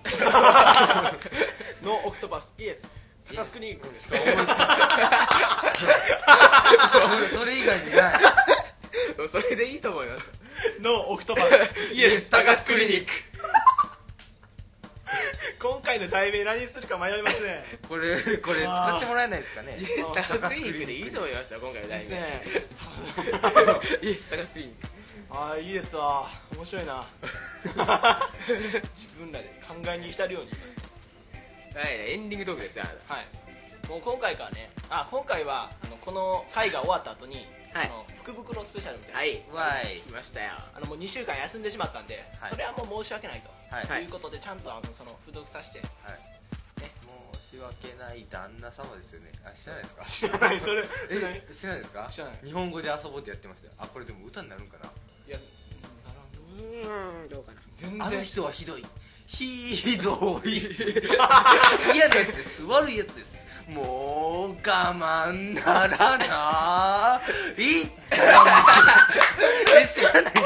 S2: ーオクトパスイエス高須クリニックですか？
S3: それ以外にない。
S1: それでいいと思います。
S2: ノーオクトパスイエス高須クリニック。今回の題名何するか迷いますね。
S3: これ使ってもらえないですかね？
S1: イエス高須クリニックでいいと思いますよ今回の題名。
S2: ですね。
S1: イエス高須クリニック。
S2: ああいいですわ、面白いな。自分らで考えに浸るように言います。
S1: はいエンディングトークですよあなた。
S2: はい。もう今回からね、今回はこの回が終わった後に
S1: はい
S2: 福袋スペシャルみたいな、
S1: はい
S3: わい
S1: 来ましたよ。
S2: もう2週間休んでしまったんで、
S3: はい
S2: それはもう申し訳ないと、
S3: はい
S2: いうことでちゃんとその付属させて
S3: はい申し訳ない旦那様ですよね。あ、知らないですか？
S2: 知らないそれ
S3: 知らないですか？
S2: 知らない
S3: 日本語で遊ぼうってやってましたよ。あ、これでも歌になるんかな。
S2: いや
S1: どうかな。
S2: 全然
S3: あの人はひどい、ひどい嫌なやつです、悪いやつです。もう我慢ならないったら知らない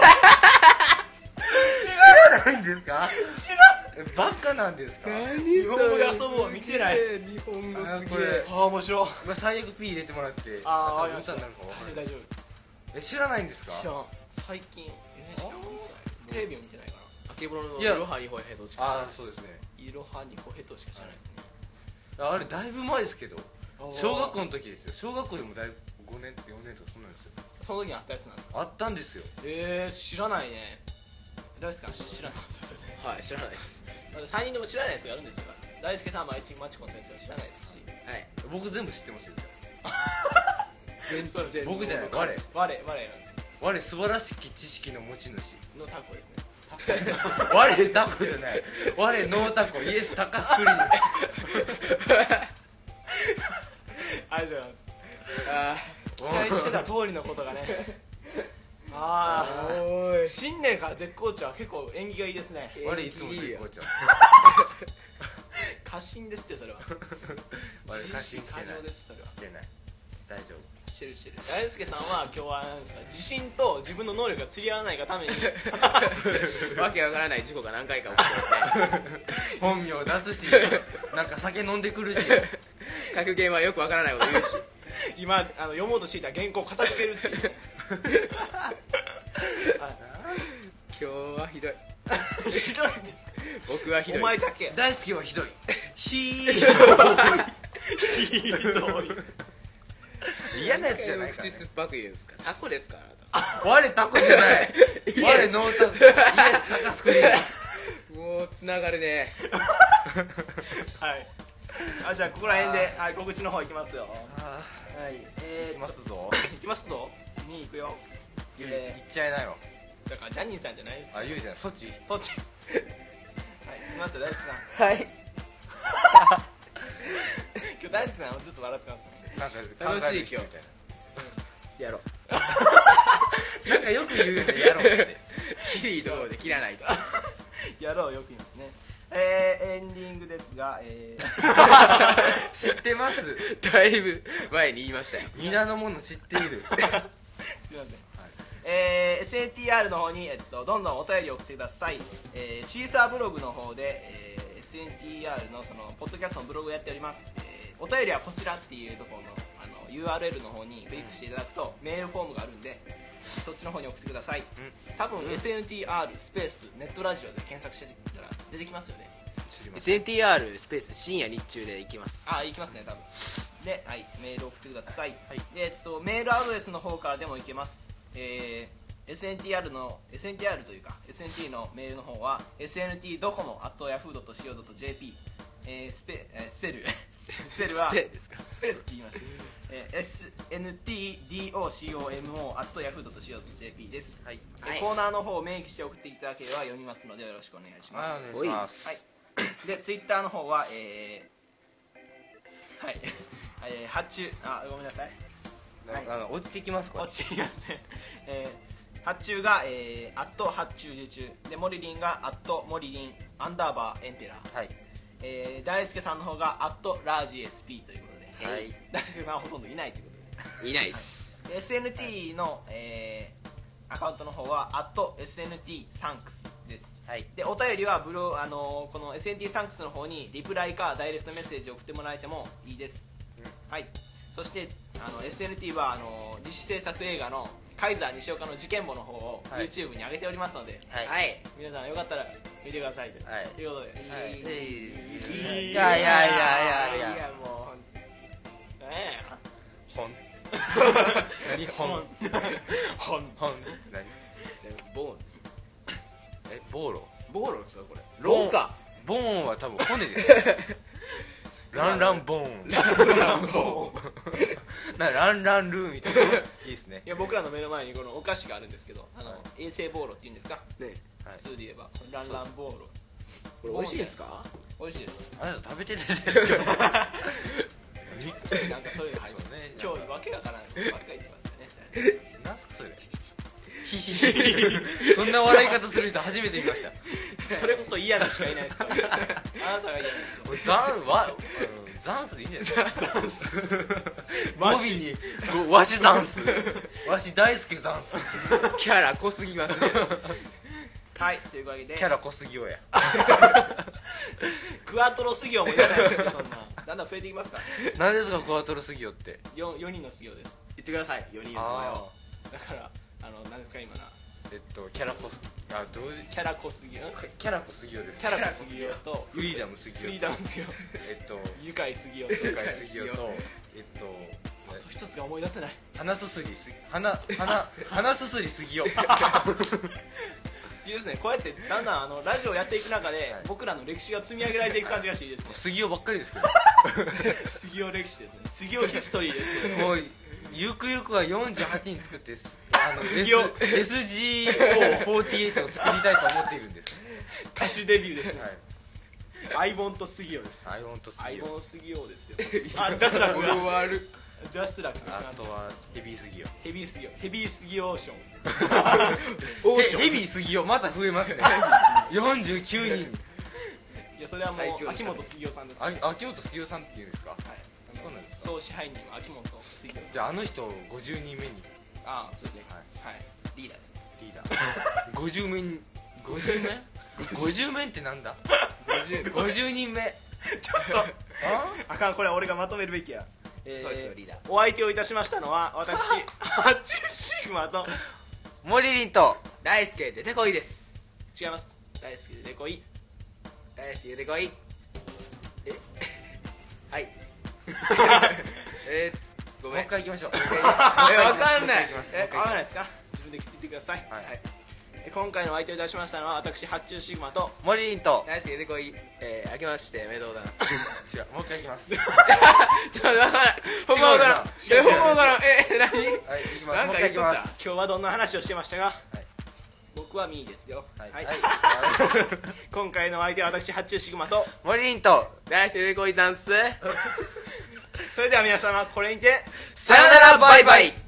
S3: んですか？バカなんですか？
S2: 日本語で遊ぼうは見てない
S1: 日本語す
S3: これ
S1: げえ。
S2: 面白い
S3: まあ最悪 P 入れてもらって
S2: ああ
S3: 多分歌になるか分かんない。
S2: 大丈夫
S3: 知らないんですか？
S2: 知らん最近 NHK を見てないテレビを見てないか
S1: あけぼのの
S3: いや
S1: いろはにほへとしか知らない
S3: ああ、そうですね。
S2: ないろはにほへとしか知らないですね
S3: あれだいぶ前ですけど、
S2: おー
S3: 小学校の時ですよ。小学校でもだいぶ5年4年とかそんなんですよ。
S2: その時にあったやつなんですか？
S3: あったんですよ。
S2: 知らないね大輔さん知らなかったですよね
S1: はい、知らないです。
S2: 3人とも知らないやつがあるんですよ大輔さんはマチコン先生は知らないですし
S1: はい。
S3: 僕全部知ってますよ。
S1: 全知全能
S3: 僕じゃない、
S1: の神です。
S3: 我素晴らしき知識の持ち主。
S2: のタコですね
S3: 我タコじゃない、我ノータコ、イエスタカスクリーン。
S2: ありがとうございます
S1: あ
S2: 期待してた通りのことがねああ
S1: おい。
S2: 新年から絶好調は結構縁起がいいですね
S3: 我いつも絶好調。
S2: 過信ですってそれは
S3: 我過信してない
S2: 過剰ですそれは
S3: してない、大丈夫。
S2: してる大輔さんは今日は何ですか自信と自分の能力が釣り合わないがために
S1: わけわからない事故が何回か起きてますね。
S3: 本名出すし、なんか酒飲んでくるし。
S1: 格言はよくわからないこと言うし。
S2: 今読もうとしていた原稿を片付けるっていう
S1: 今日はひどい。
S2: ひどいんです
S1: 僕はひどい。
S2: お前だけ
S3: 大好きはひどい。ひ
S2: ひどい
S3: 嫌なやつじゃないか
S1: 口
S3: ら、
S1: 酸っぱく言うんですか。タコですかあなた。
S3: 我タコじゃない。我ノータコ、イエスタカスクリーン。
S1: もうつながるね。
S2: はいじゃあここら辺で、はい、告知の方いきますよはい
S3: いきますぞ。
S2: いきますぞ2位いくよ
S3: 言っちゃいなよ。
S2: だからジャニーさんじゃないですか
S3: あ、言うじゃん、そっち。
S2: そっちはいいきますよ大輔さん
S1: はい。
S2: 今日大輔さんはずっと笑ってますね
S3: なんか
S1: 楽しい
S3: 考える人みたい
S1: やろう。
S3: な。なんかよく言うね、やろうって。
S1: いいところで切らないと。
S2: やろうよく言いますねエンディングですが
S3: 知ってます。
S1: だいぶ前に言いましたよ。
S3: 皆のもの知っている。
S2: すいません、SNTR の方に、どんどんお便りを送ってください、シーサーブログの方で、SNTR のそのポッドキャストのブログをやっております、お便りはこちらっていうところのURL の方にクリックしていただくとメールフォームがあるんでそっちの方に送ってください、多分 SNTR スペースネットラジオで検索してたら出てきますよね。
S3: 知りません。
S1: SNTR スペース深夜日中で行きます。
S2: あ、行きますね多分で、はい、メール送ってください、でメールアドレスの方からでも行けます、SNTR というか SNT のメールの方は snt.docomo@yahoo.co.jp、スペルは
S1: スペですか。
S2: スペースって言いました、sntdocomo@yahoo.co.jp です、
S3: はい。
S1: はい
S2: コーナーの方を明記して送っていただければ読みますのでよろしくお願いします。
S3: はい、お願いします。
S2: はい、でツイッターの方ははい発注ごめんなさい
S3: 落ちてきますか。
S2: 落ちていますね、発注が発注受注でモリリンがモリリン_エンペラー、
S3: はい。
S2: 大輔さんの方がラージ SP ということで、
S3: はい
S2: 大輔さんはほとんどいないということで
S1: いないっす。
S2: SNT の、アカウントの方は@SNT サンクスです、
S3: はい。
S2: でお便りはこの SNT サンクスの方にリプライかダイレクトメッセージを送ってもらえてもいいです、はい。そしてSNT は自主制作映画のカイザー西岡の事件簿の方を
S3: はい
S2: YouTube に上げておりますので、
S3: はい。
S1: はい。
S2: 皆さんよかったら見てくださいと、
S3: はい
S2: ということで、
S3: はい。
S2: い
S3: いやいやいやいや
S1: いやも
S2: ね
S3: 本。何本。
S2: 本
S3: 本。何。
S1: うボーン。
S3: ボーロ。
S1: ボーロですかこれ。
S3: ロー
S1: ローか。
S3: ボーンは多分骨です。 ランランボーン
S1: ランボーン
S3: ランランルーみたいないいですね。
S2: いや僕らの目の前にこのお菓子があるんですけど、衛星ボーロっていうんですか、
S1: ね、
S2: 普通で言えばランランボーロ、
S1: これ美味しいんですか？
S2: 美味しいです。
S3: あなた食べてて
S2: なんかそういうの入ってますね。今日わけがからないばっかり言ってますよね。
S3: なんすかそれヒヒヒそんな笑い方する人初めて見ました。
S2: それこそ嫌なしかいないですよ。あなたが嫌ですよ。
S3: ザンスでいいんじゃないですか。
S2: 語尾に
S3: わしザンスわし大好きザンス
S1: キャラ濃すぎますね。
S2: はい、というわけで
S3: キャラ濃すぎようや
S2: クワトロスギオもいらないですけど、そんなだんだん増えていきますからね。
S3: 何ですかクワトロスギオって。
S2: 4人のスギオです。
S1: 言ってください、4人の名前を。
S2: だから何ですか今な、
S3: キャラコスどういう
S2: キャラコスギオ、
S3: キャラコスギオです。
S2: キャラコスギオと
S3: フリーダムスギオ
S2: フリーダムスギオ、愉快スギオと
S3: 愉快スギオと
S2: あと一つが思い出せない。
S3: 鼻すすりすぎよ
S2: いいですね。こうやってだんだんラジオやっていく中で、僕らの歴史が積み上げられていく感じがしていいですね。
S3: 杉尾ばっかりですけど
S2: 杉尾歴史ですね。杉尾ヒストリーですね。
S3: もうゆくゆくは48人作って
S2: 杉尾
S3: SGO48 を作りたいと思っているんです。
S2: 歌手デビューですね。
S3: はい、
S2: アイボンと杉尾です。
S3: アイボンと
S2: アイ
S3: 杉尾、
S2: ボン杉尾ですよ。あ、ジャスラックがジャスラック
S3: あとはヘビー杉尾、
S2: ヘビー杉尾、ヘビー杉尾オーション。
S1: オーション
S3: ヘビー杉尾また増えますね49人。
S2: いや、それはもう
S1: 最強です
S2: 秋元杉尾さんです。
S3: 秋元杉尾さんっていうんですか。そうなんですか。
S2: 総支配人は秋元杉尾さん。
S3: じゃあ人50人目に
S2: ああ、そうですね。
S3: はい、
S2: はい。
S1: リーダーです。
S3: リーダー50面50面ってなんだ50人目
S2: ちょっとあかん、これは俺がまとめるべきや。
S1: そうですよ、リーダー。
S2: お相手をいたしましたのは私ハチューシグマと、
S3: モリリンと
S1: 大輔出てこいです。
S2: 違います、大好きでデコイ。
S1: 大輔出てこい。はいごめん、
S3: もう一回行きましょう
S1: わかんない。
S2: 合わないですか。自分できついてください。
S3: はい、
S2: 今回のお相手をいたしましたのは私ハッチューシグマと、
S3: モリリンと
S1: 大輔出てこい。明けましておめでとうございます
S3: 違う、もう一回行きます
S1: ちょっとわからん、ほんまわからん、
S3: 違う
S1: ほんまわからん。何
S3: はい、行きます。
S1: なんか言っとった。
S2: 今日はどんな話をしてましたが、僕はミーですよ。
S3: はい、
S2: はい今回のお相手は私ハッチューシグマと、
S3: モリリンと
S1: 大輔出てこいざんす。
S2: それでは皆様これにて
S1: さよならバイバイ。